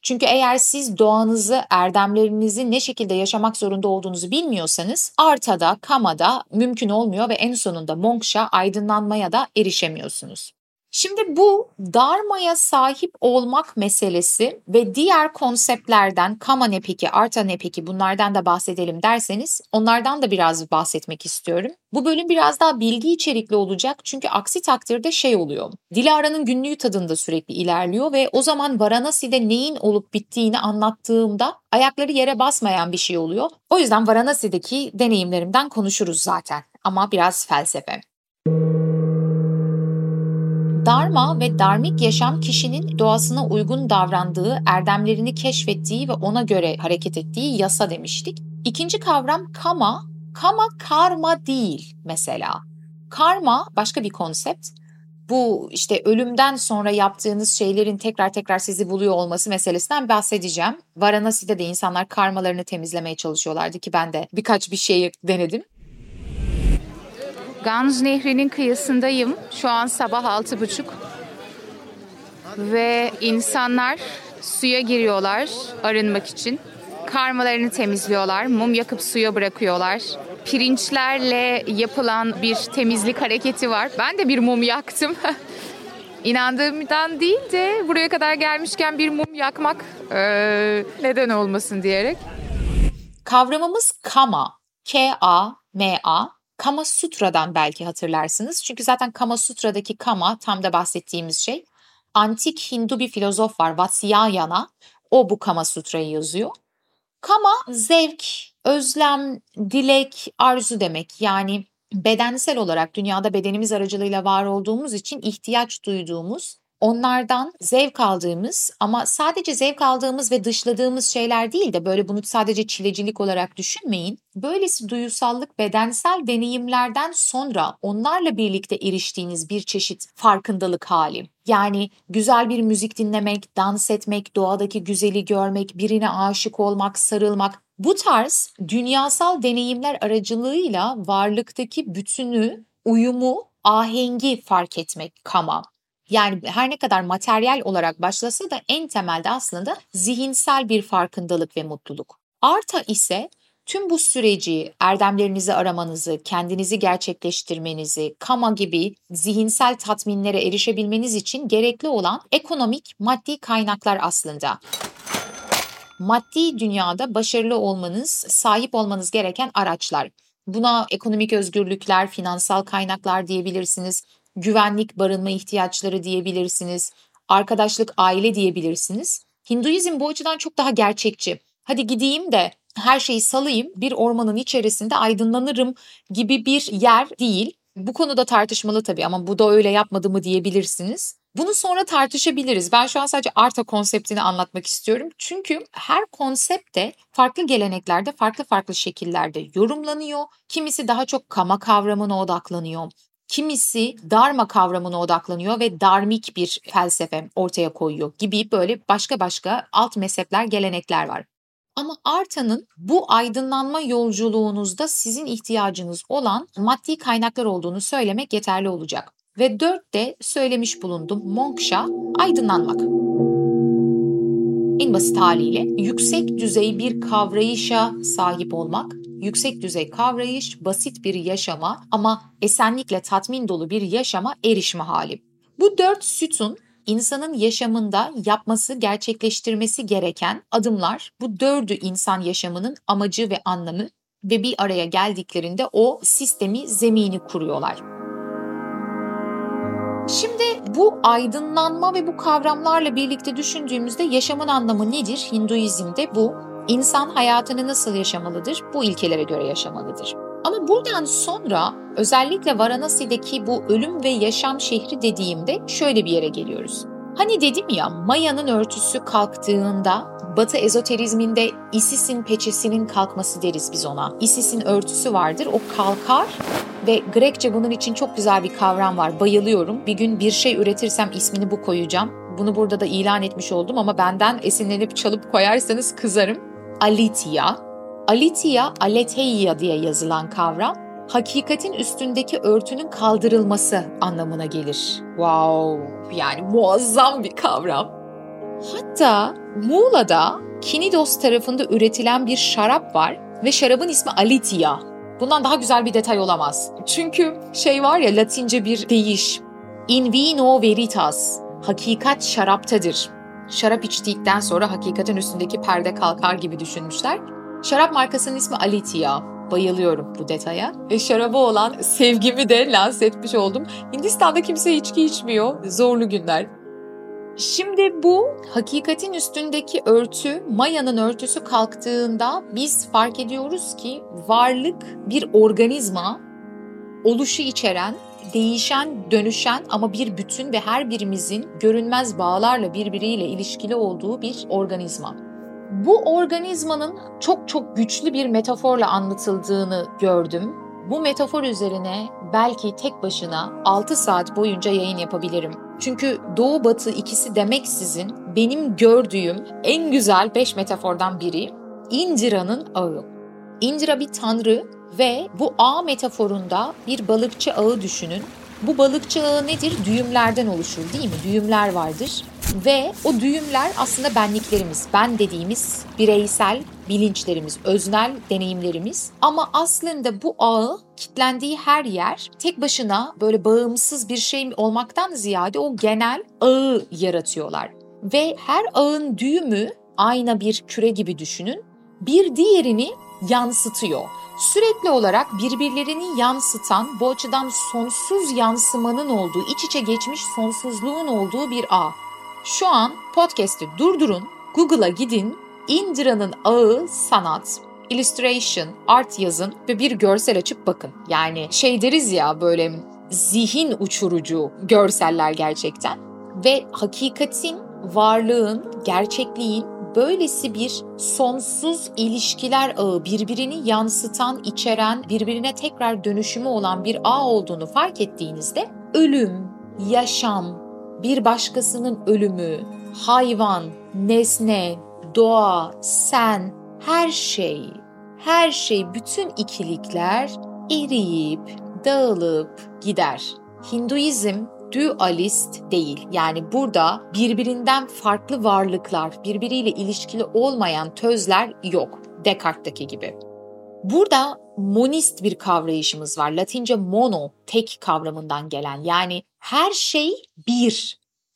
Çünkü eğer siz doğanızı, erdemlerinizi ne şekilde yaşamak zorunda olduğunuzu bilmiyorsanız artada, kamada mümkün olmuyor ve en sonunda moksha, aydınlanmaya da erişemiyorsunuz. Şimdi bu dharmaya sahip olmak meselesi ve diğer konseptlerden kama ne peki, artha ne peki bunlardan da bahsedelim derseniz onlardan da biraz bahsetmek istiyorum. Bu bölüm biraz daha bilgi içerikli olacak çünkü aksi takdirde şey oluyor. Dilara'nın günlüğü tadında sürekli ilerliyor ve o zaman Varanasi'de neyin olup bittiğini anlattığımda ayakları yere basmayan bir şey oluyor. O yüzden Varanasi'deki deneyimlerimden konuşuruz zaten ama biraz felsefe. Dharma ve dharmik yaşam kişinin doğasına uygun davrandığı, erdemlerini keşfettiği ve ona göre hareket ettiği yasa demiştik. İkinci kavram kama. Kama karma değil mesela. Karma başka bir konsept. Bu işte ölümden sonra yaptığınız şeylerin tekrar tekrar sizi buluyor olması meselesinden bahsedeceğim. Varanasi'de de insanlar karmalarını temizlemeye çalışıyorlardı ki ben de birkaç bir şeyi denedim. Ganj Nehri'nin kıyısındayım. Şu an sabah 6:30 ve insanlar suya giriyorlar arınmak için. Karmalarını temizliyorlar, mum yakıp suya bırakıyorlar. Pirinçlerle yapılan bir temizlik hareketi var. Ben de bir mum yaktım. İnandığımdan değil de buraya kadar gelmişken bir mum yakmak neden olmasın diyerek. Kavramımız kama, K-A-M-A. Kama Sutra'dan belki hatırlarsınız. Çünkü zaten Kama Sutra'daki kama tam da bahsettiğimiz şey. Antik Hindu bir filozof var Vatsyayana. O bu Kama Sutra'yı yazıyor. Kama zevk, özlem, dilek, arzu demek. Yani bedensel olarak dünyada bedenimiz aracılığıyla var olduğumuz için ihtiyaç duyduğumuz, onlardan zevk aldığımız ama sadece zevk aldığımız ve dışladığımız şeyler değil de böyle bunu sadece çilecilik olarak düşünmeyin. Böylesi duyusallık bedensel deneyimlerden sonra onlarla birlikte eriştiğiniz bir çeşit farkındalık hali. Yani güzel bir müzik dinlemek, dans etmek, doğadaki güzeli görmek, birine aşık olmak, sarılmak. Bu tarz dünyasal deneyimler aracılığıyla varlıktaki bütünü, uyumu, ahengi fark etmek kama. Yani her ne kadar materyal olarak başlasa da en temelde aslında zihinsel bir farkındalık ve mutluluk. Artha ise tüm bu süreci, erdemlerinizi aramanızı, kendinizi gerçekleştirmenizi, kama gibi zihinsel tatminlere erişebilmeniz için gerekli olan ekonomik, maddi kaynaklar aslında. Maddi dünyada başarılı olmanız, sahip olmanız gereken araçlar. Buna ekonomik özgürlükler, finansal kaynaklar diyebilirsiniz, güvenlik, barınma ihtiyaçları diyebilirsiniz, arkadaşlık, aile diyebilirsiniz. Hinduizm bu açıdan çok daha gerçekçi. Hadi gideyim de her şeyi salayım, bir ormanın içerisinde aydınlanırım gibi bir yer değil. Bu konuda tartışmalı tabii ama bu da öyle yapmadı mı diyebilirsiniz. Bunu sonra tartışabiliriz. Ben şu an sadece artha konseptini anlatmak istiyorum. Çünkü her konsept de farklı geleneklerde, farklı şekillerde yorumlanıyor. Kimisi daha çok kama kavramına odaklanıyor. Kimisi dharma kavramına odaklanıyor ve dharmik bir felsefe ortaya koyuyor gibi böyle başka alt mezhepler, gelenekler var. Ama artha'nın bu aydınlanma yolculuğunuzda sizin ihtiyacınız olan maddi kaynaklar olduğunu söylemek yeterli olacak. Ve 4'te söylemiş bulundum moksha, aydınlanmak. En basit haliyle yüksek düzey bir kavrayışa sahip olmak, yüksek düzey kavrayış, basit bir yaşama ama esenlikle tatmin dolu bir yaşama erişme hali. Bu 4 sütun insanın yaşamında yapması, gerçekleştirmesi gereken adımlar. Bu 4'ü insan yaşamının amacı ve anlamı ve bir araya geldiklerinde o sistemi, zemini kuruyorlar. Şimdi bu aydınlanma ve bu kavramlarla birlikte düşündüğümüzde yaşamın anlamı nedir? Hinduizm'de bu. İnsan hayatını nasıl yaşamalıdır? Bu ilkelere göre yaşamalıdır. Ama buradan sonra özellikle Varanasi'deki bu ölüm ve yaşam şehri dediğimde şöyle bir yere geliyoruz. Hani dedim ya Maya'nın örtüsü kalktığında Batı ezoterizminde Isis'in peçesinin kalkması deriz biz ona. Isis'in örtüsü vardır, o kalkar ve Grekçe bunun için çok güzel bir kavram var. Bayılıyorum. Bir gün bir şey üretirsem ismini bu koyacağım. Bunu burada da ilan etmiş oldum ama benden esinlenip çalıp koyarsanız kızarım. Aletheia. Aletheia, aletheia diye yazılan kavram, hakikatin üstündeki örtünün kaldırılması anlamına gelir. Wow, yani muazzam bir kavram. Hatta Muğla'da Kinidos tarafında üretilen bir şarap var ve şarabın ismi Alitia. Bundan daha güzel bir detay olamaz. Çünkü var ya, Latince bir deyiş. In vino veritas. Hakikat şaraptadır. Şarap içtikten sonra hakikatin üstündeki perde kalkar gibi düşünmüşler. Şarap markasının ismi Alitia. Bayılıyorum bu detaya. Şaraba olan sevgimi de lanse etmiş oldum. Hindistan'da kimse içki içmiyor. Zorlu günler. Şimdi bu hakikatin üstündeki örtü, Maya'nın örtüsü kalktığında biz fark ediyoruz ki varlık bir organizma, oluşu içeren, değişen, dönüşen ama bir bütün ve her birimizin görünmez bağlarla birbiriyle ilişkili olduğu bir organizma. Bu organizmanın çok çok güçlü bir metaforla anlatıldığını gördüm. Bu metafor üzerine belki tek başına 6 saat boyunca yayın yapabilirim. Çünkü doğu batı ikisi demeksizin benim gördüğüm en güzel 5 metafordan biri Indira'nın ağı. Indira bir tanrı ve bu ağ metaforunda bir balıkçı ağı düşünün. Bu balıkçı ağı nedir? Düğümlerden oluşur, değil mi? Düğümler vardır. Ve o düğümler aslında benliklerimiz, ben dediğimiz bireysel bilinçlerimiz, öznel deneyimlerimiz. Ama aslında bu ağı kilitlendiği her yer tek başına böyle bağımsız bir şey olmaktan ziyade o genel ağı yaratıyorlar. Ve her ağın düğümü ayna bir küre gibi düşünün, bir diğerini yansıtıyor. Sürekli olarak birbirlerini yansıtan, bu açıdan sonsuz yansımanın olduğu, iç içe geçmiş sonsuzluğun olduğu bir ağ. Şu an podcast'i durdurun, Google'a gidin, Indira'nın ağı sanat, illustration, art yazın ve bir görsel açıp bakın. Yani deriz ya, böyle zihin uçurucu görseller gerçekten. Ve hakikatin, varlığın, gerçekliğin böylesi bir sonsuz ilişkiler ağı, birbirini yansıtan, içeren, birbirine tekrar dönüşümü olan bir ağ olduğunu fark ettiğinizde ölüm, yaşam, bir başkasının ölümü, hayvan, nesne, doğa, sen, her şey, bütün ikilikler eriyip, dağılıp gider. Hinduizm dualist değil. Yani burada birbirinden farklı varlıklar, birbiriyle ilişkili olmayan tözler yok. Descartes'teki gibi. Burada monist bir kavrayışımız var. Latince mono, tek kavramından gelen. Yani her şey bir.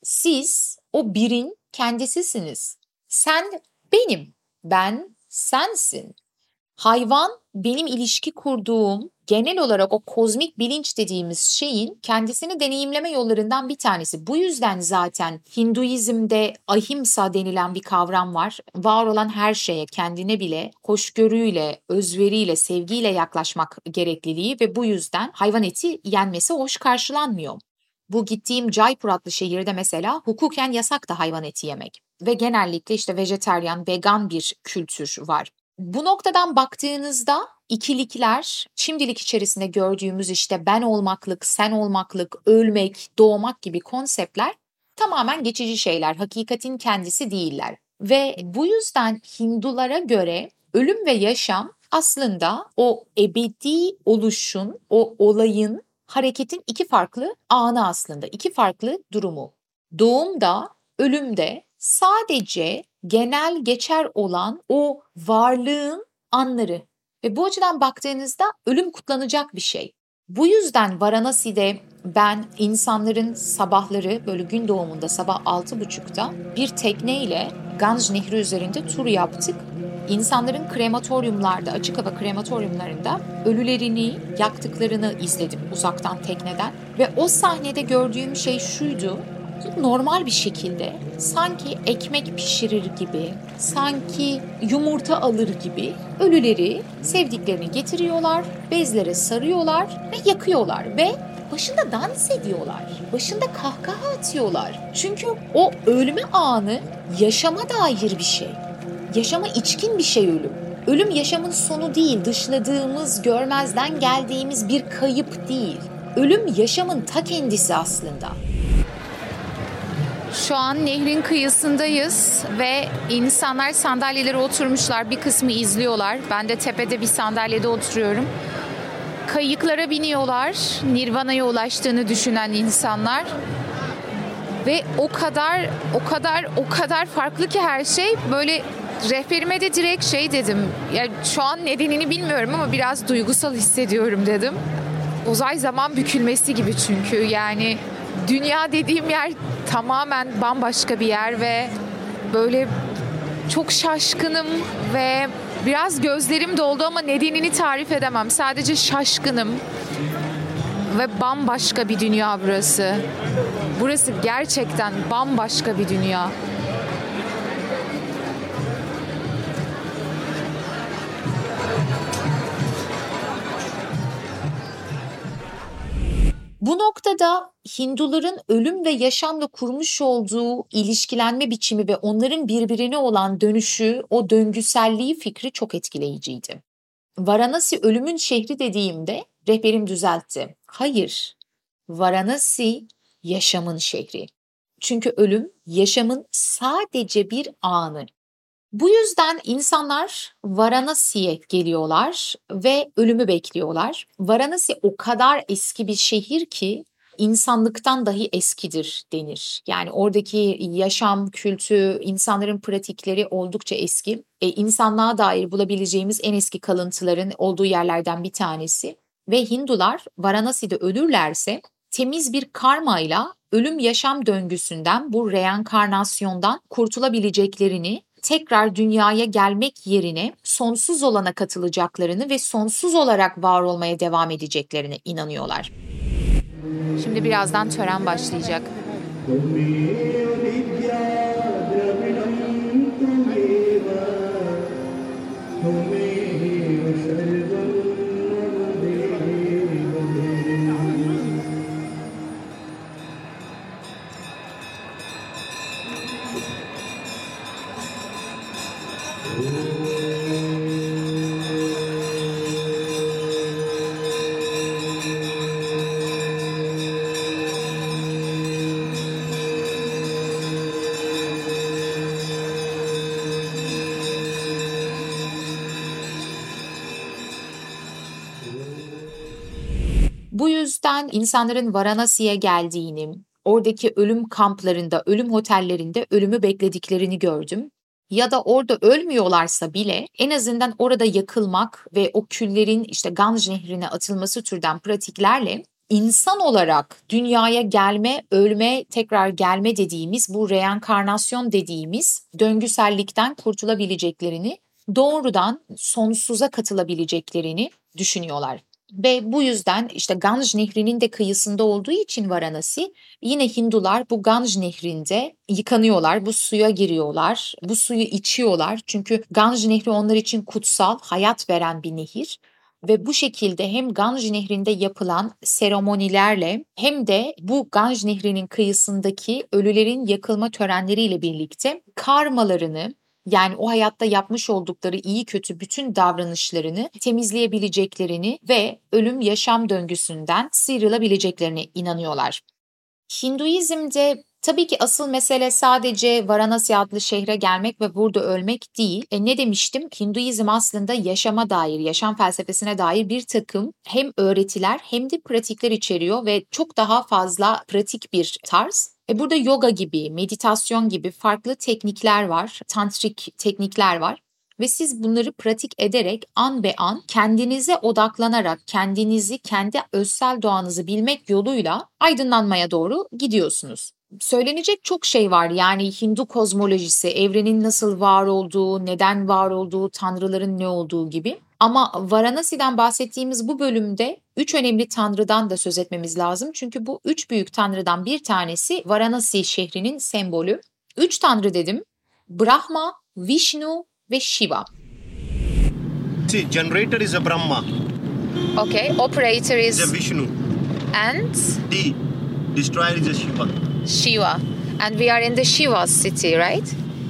Siz o birin kendisisiniz. Sen benim, ben sensin. Hayvan benim ilişki kurduğum, genel olarak o kozmik bilinç dediğimiz şeyin kendisini deneyimleme yollarından bir tanesi. Bu yüzden zaten Hinduizm'de ahimsa denilen bir kavram var. Var olan her şeye, kendine bile hoşgörüyle, özveriyle, sevgiyle yaklaşmak gerekliliği ve bu yüzden hayvan eti yenmesi hoş karşılanmıyor. Bu gittiğim Jaipur adlı şehirde mesela hukuken yasak da hayvan eti yemek. Ve genellikle vejetaryen, vegan bir kültür var. Bu noktadan baktığınızda ikilikler, şimdilik içerisinde gördüğümüz ben olmaklık, sen olmaklık, ölmek, doğmak gibi konseptler tamamen geçici şeyler, hakikatin kendisi değiller. Ve bu yüzden Hindulara göre ölüm ve yaşam aslında o ebedi oluşun, o olayın, hareketin iki farklı anı aslında, iki farklı durumu. Doğumda, ölümde sadece genel geçer olan o varlığın anları ve bu açıdan baktığınızda ölüm kutlanacak bir şey. Bu yüzden Varanasi'de ben insanların sabahları böyle gün doğumunda sabah 6.30'da bir tekneyle Ganj Nehri üzerinde tur yaptık. İnsanların krematoryumlarda, açık hava krematoryumlarında ölülerini yaktıklarını izledim uzaktan tekneden. Ve o sahnede gördüğüm şey şuydu. Normal bir şekilde sanki ekmek pişirir gibi, sanki yumurta alır gibi ölüleri, sevdiklerini getiriyorlar, bezlere sarıyorlar ve yakıyorlar ve başında dans ediyorlar, başında kahkaha atıyorlar. Çünkü o ölme anı yaşama dair bir şey, yaşama içkin bir şey ölüm. Ölüm yaşamın sonu değil, dışladığımız, görmezden geldiğimiz bir kayıp değil. Ölüm yaşamın ta kendisi aslında. Şu an nehrin kıyısındayız ve insanlar sandalyelere oturmuşlar. Bir kısmı izliyorlar. Ben de tepede bir sandalyede oturuyorum. Kayıklara biniyorlar. Nirvana'ya ulaştığını düşünen insanlar. Ve o kadar farklı ki her şey. Böyle rehberime de direkt şey dedim. Ya şu an nedenini bilmiyorum ama biraz duygusal hissediyorum dedim. Uzay zaman bükülmesi gibi çünkü. Yani dünya dediğim yer tamamen bambaşka bir yer ve böyle çok şaşkınım ve biraz gözlerim doldu ama nedenini tarif edemem. Sadece şaşkınım ve bambaşka bir dünya burası. Burası gerçekten bambaşka bir dünya. Bu noktada Hinduların ölüm ve yaşamla kurmuş olduğu ilişkilenme biçimi ve onların birbirine olan dönüşü, o döngüselliği fikri çok etkileyiciydi. Varanasi ölümün şehri dediğimde rehberim düzeltti. Hayır, Varanasi yaşamın şehri. Çünkü ölüm yaşamın sadece bir anı. Bu yüzden insanlar Varanasi'ye geliyorlar ve ölümü bekliyorlar. Varanasi o kadar eski bir şehir ki insanlıktan dahi eskidir denir. Yani oradaki yaşam, kültü, insanların pratikleri oldukça eski. İnsanlığa dair bulabileceğimiz en eski kalıntıların olduğu yerlerden bir tanesi. Ve Hindular Varanasi'de ölürlerse temiz bir karmayla ölüm yaşam döngüsünden, bu reenkarnasyondan kurtulabileceklerini, tekrar dünyaya gelmek yerine sonsuz olana katılacaklarını ve sonsuz olarak var olmaya devam edeceklerine inanıyorlar. Şimdi birazdan tören başlayacak. Bu yüzden insanların Varanasi'ye geldiğini, oradaki ölüm kamplarında, ölüm otellerinde ölümü beklediklerini gördüm. Ya da orada ölmüyorlarsa bile en azından orada yakılmak ve o küllerin işte Ganj nehrine atılması türden pratiklerle insan olarak dünyaya gelme, ölme, tekrar gelme dediğimiz, bu reenkarnasyon dediğimiz döngüsellikten kurtulabileceklerini, doğrudan sonsuza katılabileceklerini düşünüyorlar. Ve bu yüzden işte Ganj nehrinin de kıyısında olduğu için Varanasi, yine Hindular bu Ganj nehrinde yıkanıyorlar, bu suya giriyorlar, bu suyu içiyorlar. Çünkü Ganj nehri onlar için kutsal, hayat veren bir nehir. Ve bu şekilde hem Ganj nehrinde yapılan seremonilerle hem de bu Ganj nehrinin kıyısındaki ölülerin yakılma törenleriyle birlikte karmalarını, yani o hayatta yapmış oldukları iyi kötü bütün davranışlarını temizleyebileceklerini ve ölüm yaşam döngüsünden sıyrılabileceklerine inanıyorlar. Hinduizm'de tabii ki asıl mesele sadece Varanasi adlı şehre gelmek ve burada ölmek değil. Ne demiştim? Hinduizm aslında yaşama dair, yaşam felsefesine dair bir takım hem öğretiler hem de pratikler içeriyor ve çok daha fazla pratik bir tarz. Burada yoga gibi, meditasyon gibi farklı teknikler var, tantrik teknikler var. Ve siz bunları pratik ederek an be an kendinize odaklanarak kendinizi, kendi özsel doğanızı bilmek yoluyla aydınlanmaya doğru gidiyorsunuz. Söylenecek çok şey var, yani Hindu kozmolojisi, evrenin nasıl var olduğu, neden var olduğu, tanrıların ne olduğu gibi. Ama Varanasi'den bahsettiğimiz bu bölümde 3 önemli tanrıdan da söz etmemiz lazım. Çünkü bu 3 büyük tanrıdan bir tanesi Varanasi şehrinin sembolü. 3 tanrı dedim: Brahma, Vishnu ve Shiva. See, generator is a Brahma. Okay, operator is Is a Vishnu. and Destroyer is a Shiva. Shiva. And we are in the Shiva city, right?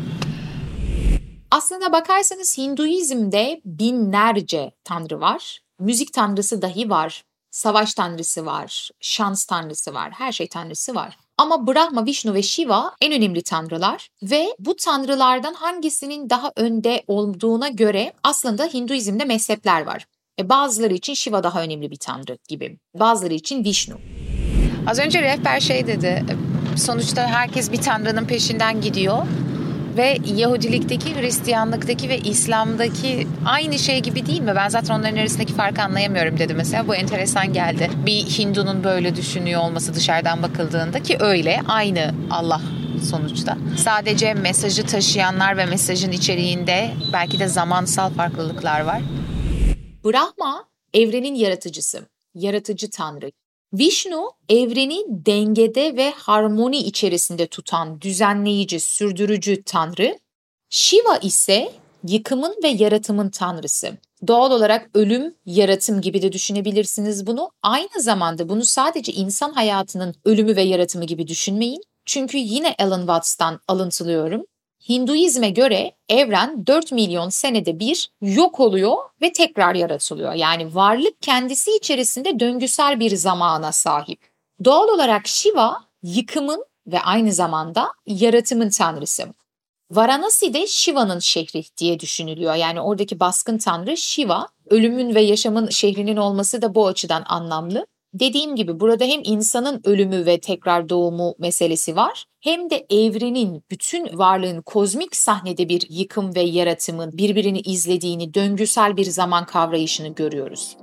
Aslına bakarsanız Hinduizm'de binlerce tanrı var. Müzik tanrısı dahi var. Savaş tanrısı var. Şans tanrısı var. Her şey tanrısı var. Ama Brahma, Vishnu ve Shiva en önemli tanrılar ve bu tanrılardan hangisinin daha önde olduğuna göre aslında Hinduizm'de mezhepler var. Bazıları için Shiva daha önemli bir tanrı gibi. Bazıları için Vishnu. Az önce rehber şey dedi. Sonuçta herkes bir tanrının peşinden gidiyor. Ve Yahudilikteki, Hristiyanlıktaki ve İslam'daki aynı şey gibi değil mi? Ben zaten onların arasındaki farkı anlayamıyorum dedi mesela. Bu enteresan geldi. Bir Hindu'nun böyle düşünüyor olması dışarıdan bakıldığında, ki öyle, aynı Allah sonuçta. Sadece mesajı taşıyanlar ve mesajın içeriğinde belki de zamansal farklılıklar var. Brahma evrenin yaratıcısı, yaratıcı tanrı. Vishnu evreni dengede ve harmoni içerisinde tutan düzenleyici, sürdürücü tanrı. Shiva ise yıkımın ve yaratımın tanrısı. Doğal olarak ölüm, yaratım gibi de düşünebilirsiniz bunu. Aynı zamanda bunu sadece insan hayatının ölümü ve yaratımı gibi düşünmeyin. Çünkü yine Alan Watts'tan alıntılıyorum. Hinduizme göre evren 4 milyon senede bir yok oluyor ve tekrar yaratılıyor. Yani varlık kendisi içerisinde döngüsel bir zamana sahip. Doğal olarak Shiva yıkımın ve aynı zamanda yaratımın tanrısı. Varanasi de Shiva'nın şehri diye düşünülüyor. Yani oradaki baskın tanrı Shiva, ölümün ve yaşamın şehrinin olması da bu açıdan anlamlı. Dediğim gibi burada hem insanın ölümü ve tekrar doğumu meselesi var, hem de evrenin, bütün varlığın kozmik sahnede bir yıkım ve yaratımın birbirini izlediğini, döngüsel bir zaman kavrayışını görüyoruz.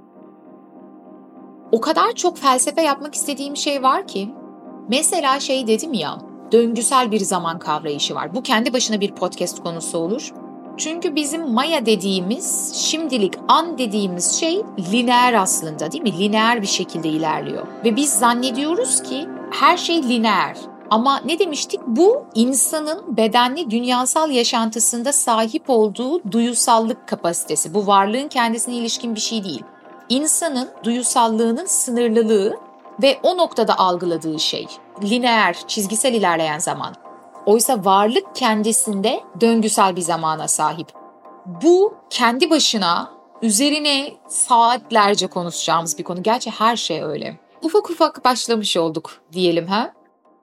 O kadar çok felsefe yapmak istediğim şey var ki, mesela şey dedim ya, döngüsel bir zaman kavrayışı var. Bu kendi başına bir podcast konusu olur. Çünkü bizim Maya dediğimiz, şimdilik an dediğimiz şey lineer aslında, değil mi? Lineer bir şekilde ilerliyor. Ve biz zannediyoruz ki her şey lineer. Ama ne demiştik? Bu insanın bedenli dünyasal yaşantısında sahip olduğu duyusallık kapasitesi. Bu varlığın kendisine ilişkin bir şey değil. İnsanın duyusallığının sınırlılığı ve o noktada algıladığı şey. Lineer, çizgisel ilerleyen zaman. Oysa varlık kendisinde döngüsel bir zamana sahip. Bu kendi başına üzerine saatlerce konuşacağımız bir konu. Gerçi her şey öyle. Ufak ufak başlamış olduk diyelim ha.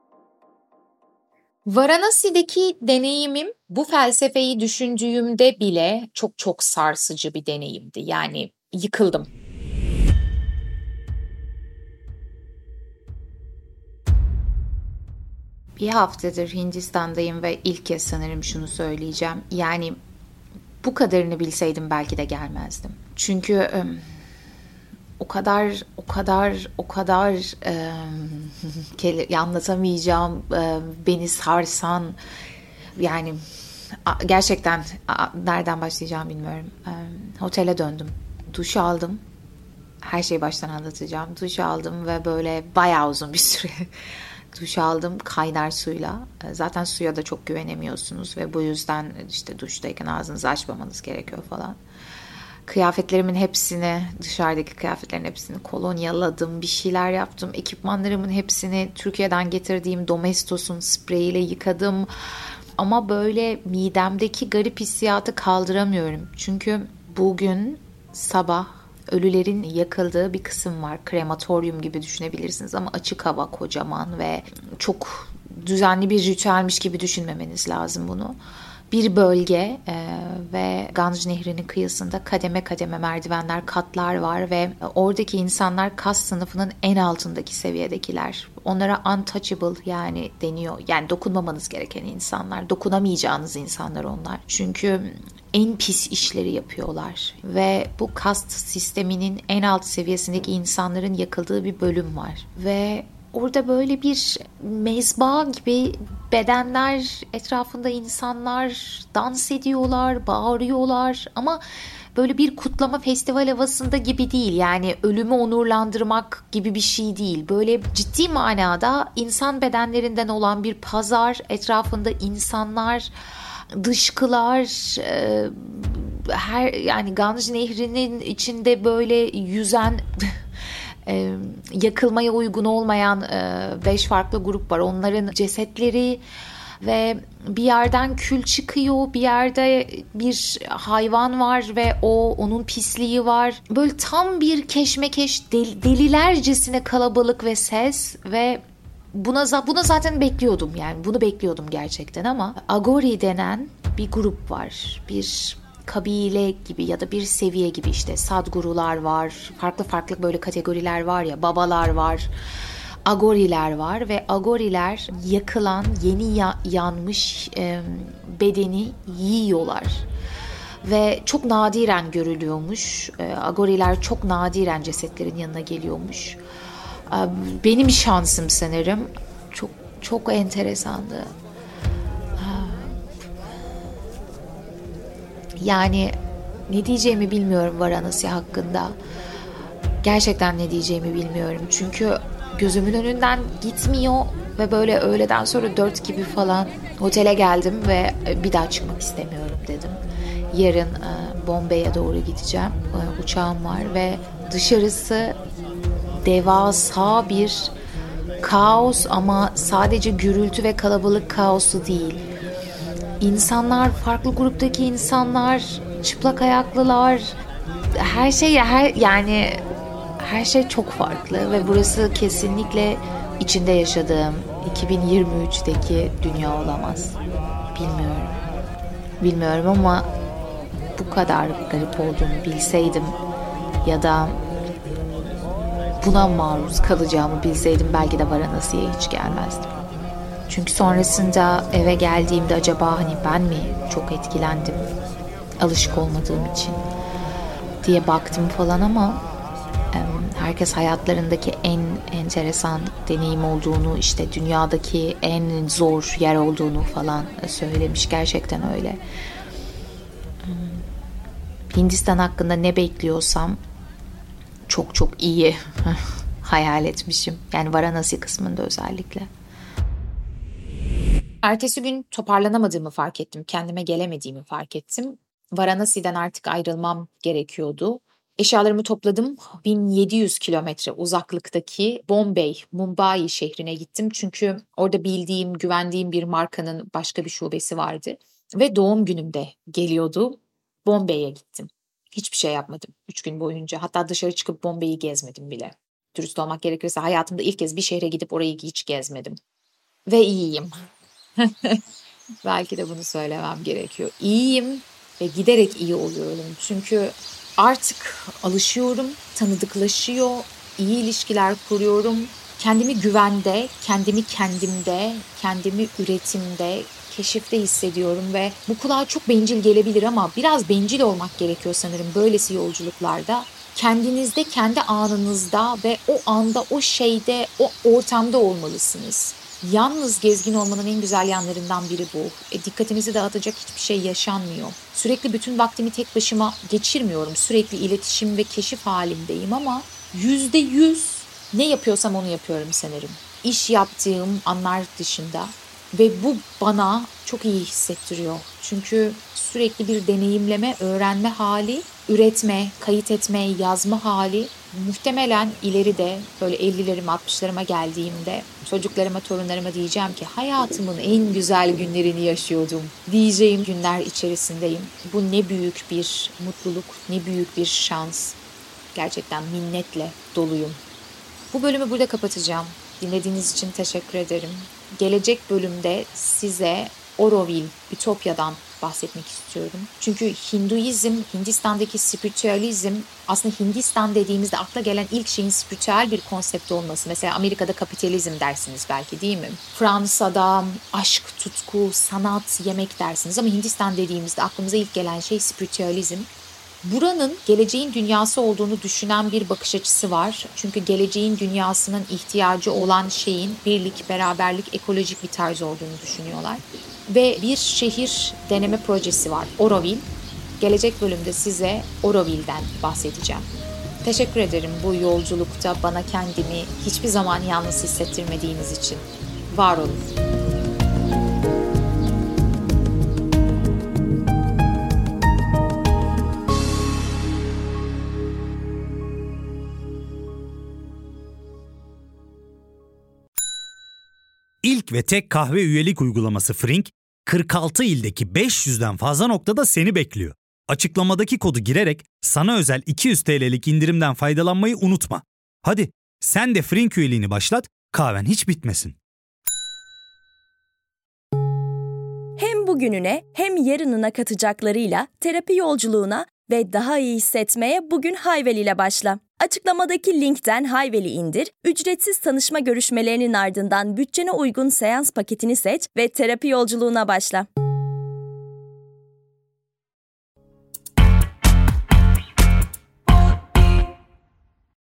Varanasi'deki deneyimim bu felsefeyi düşündüğümde bile çok çok sarsıcı bir deneyimdi. Yani yıkıldım. Bir haftadır Hindistan'dayım ve ilk kez sanırım şunu söyleyeceğim. Yani bu kadarını bilseydim belki de gelmezdim. Çünkü o kadar anlatamayacağım, beni sarsan, yani gerçekten nereden başlayacağım bilmiyorum. Otele döndüm, duş aldım. Her şeyi baştan anlatacağım. Duş aldım ve böyle bayağı uzun bir süre duş aldım kaynar suyla. Zaten suya da çok güvenemiyorsunuz ve bu yüzden işte duştayken ağzınızı açmamanız gerekiyor falan. Kıyafetlerimin hepsini, dışarıdaki kıyafetlerin hepsini kolonyaladım, bir şeyler yaptım. Ekipmanlarımın hepsini Türkiye'den getirdiğim Domestos'un spreyiyle yıkadım. Ama böyle midemdeki garip hissiyatı kaldıramıyorum. Çünkü bugün sabah ölülerin yakıldığı bir kısım var. Krematoryum gibi düşünebilirsiniz ama açık hava, kocaman ve çok düzenli bir ritüelmiş gibi düşünmemeniz lazım bunu. Bir bölge ve Ganj Nehri'nin kıyısında kademe kademe merdivenler, katlar var ve oradaki insanlar kas sınıfının en altındaki seviyedekiler. Onlara untouchable yani deniyor. Yani dokunmamanız gereken insanlar, dokunamayacağınız insanlar onlar. Çünkü en pis işleri yapıyorlar ve bu kast sisteminin en alt seviyesindeki insanların yakıldığı bir bölüm var ve orada böyle bir mezba gibi bedenler, etrafında insanlar dans ediyorlar, bağırıyorlar ama böyle bir kutlama festival havasında gibi değil. Yani ölümü onurlandırmak gibi bir şey değil. Böyle ciddi manada insan bedenlerinden olan bir pazar, etrafında insanlar, dışkılar, yani Ganj Nehri'nin içinde böyle yüzen yakılmaya uygun olmayan 5 farklı grup var. Onların cesetleri ve bir yerden kül çıkıyor, bir yerde bir hayvan var ve onun pisliği var. Böyle tam bir keşmekeş, delilercesine kalabalık ve ses ve buna zaten bekliyordum, yani bunu bekliyordum gerçekten. Ama Agori denen bir grup var, bir kabile gibi ya da bir seviye gibi, işte sadgurular var, farklı farklı böyle kategoriler var ya, babalar var, agoriler var ve agoriler yakılan, yeni yanmış bedeni yiyorlar. Ve çok nadiren görülüyormuş. Agoriler çok nadiren cesetlerin yanına geliyormuş. Benim şansım sanırım. Çok çok enteresandı. Yani ne diyeceğimi bilmiyorum Varanasi hakkında. Gerçekten ne diyeceğimi bilmiyorum. Çünkü gözümün önünden gitmiyor ve böyle öğleden sonra 4 gibi falan otele geldim ve bir daha çıkmak istemiyorum dedim. Yarın Bombay'e doğru gideceğim. Uçağım var ve dışarısı devasa bir kaos, ama sadece gürültü ve kalabalık kaosu değil. İnsanlar, farklı gruptaki insanlar, çıplak ayaklılar, her şey çok farklı ve burası kesinlikle içinde yaşadığım 2023'teki dünya olamaz. Bilmiyorum ama bu kadar garip olduğunu bilseydim ya da buna maruz kalacağımı bilseydim belki de Varanasi'ye hiç gelmezdim. Çünkü sonrasında eve geldiğimde acaba ben mi çok etkilendim alışık olmadığım için diye baktım falan, ama herkes hayatlarındaki en enteresan deneyim olduğunu, işte dünyadaki en zor yer olduğunu falan söylemiş. Gerçekten öyle. Hindistan hakkında ne bekliyorsam çok çok iyi hayal etmişim. Yani Varanasi kısmında özellikle. Ertesi gün toparlanamadığımı fark ettim. Kendime gelemediğimi fark ettim. Varanasi'den artık ayrılmam gerekiyordu. Eşyalarımı topladım. 1700 kilometre uzaklıktaki Mumbai şehrine gittim. Çünkü orada bildiğim, güvendiğim bir markanın başka bir şubesi vardı. Ve doğum günümde geliyordu. Bombay'e gittim. Hiçbir şey yapmadım 3 gün boyunca. Hatta dışarı çıkıp Bombay'ı gezmedim bile. Dürüst olmak gerekirse hayatımda ilk kez bir şehre gidip orayı hiç gezmedim. Ve iyiyim. Belki de bunu söylemem gerekiyor. İyiyim ve giderek iyi oluyorum. Çünkü artık alışıyorum, tanıdıklaşıyor, iyi ilişkiler kuruyorum. Kendimi güvende, kendimi kendimde, kendimi üretimde, keşifte hissediyorum ve bu kulağa çok bencil gelebilir ama biraz bencil olmak gerekiyor sanırım böylesi yolculuklarda. Kendinizde, kendi anınızda ve o anda, o şeyde, o ortamda olmalısınız. Yalnız gezgin olmanın en güzel yanlarından biri bu. Dikkatinizi dağıtacak hiçbir şey yaşanmıyor. Sürekli bütün vaktimi tek başıma geçirmiyorum. Sürekli iletişim ve keşif halindeyim ama %100 ne yapıyorsam onu yapıyorum sanırım. İş yaptığım anlar dışında ve bu bana çok iyi hissettiriyor. Çünkü sürekli bir deneyimleme, öğrenme hali, üretme, kayıt etme, yazma hali. Muhtemelen ileride böyle 50'lerime 60'larıma geldiğimde çocuklarıma, torunlarıma diyeceğim ki hayatımın en güzel günlerini yaşıyordum diyeceğim günler içerisindeyim. Bu ne büyük bir mutluluk, ne büyük bir şans. Gerçekten minnetle doluyum. Bu bölümü burada kapatacağım. Dinlediğiniz için teşekkür ederim. Gelecek bölümde size Auroville, Ütopya'dan bahsetmek istiyorum. Çünkü Hinduizm, Hindistan'daki spiritüalizm, aslında Hindistan dediğimizde akla gelen ilk şeyin spiritüel bir konsept olması. Mesela Amerika'da kapitalizm dersiniz belki, değil mi? Fransa'da aşk, tutku, sanat, yemek dersiniz ama Hindistan dediğimizde aklımıza ilk gelen şey spiritüalizm. Buranın geleceğin dünyası olduğunu düşünen bir bakış açısı var. Çünkü geleceğin dünyasının ihtiyacı olan şeyin birlik, beraberlik, ekolojik bir tarz olduğunu düşünüyorlar. Ve bir şehir deneme projesi var, Auroville. Gelecek bölümde size Auroville'den bahsedeceğim. Teşekkür ederim bu yolculukta bana kendimi hiçbir zaman yalnız hissettirmediğiniz için. Var olun. İlk ve tek kahve üyelik uygulaması Frink, 46 ildeki 500'den fazla noktada seni bekliyor. Açıklamadaki kodu girerek sana özel 200 TL'lik indirimden faydalanmayı unutma. Hadi sen de Frink üyeliğini başlat, kahven hiç bitmesin. Hem bugününe hem yarınına katacaklarıyla terapi yolculuğuna ve daha iyi hissetmeye bugün Hayvel ile başla. Açıklamadaki linkten Hayvel'i indir, ücretsiz tanışma görüşmelerinin ardından bütçene uygun seans paketini seç ve terapi yolculuğuna başla.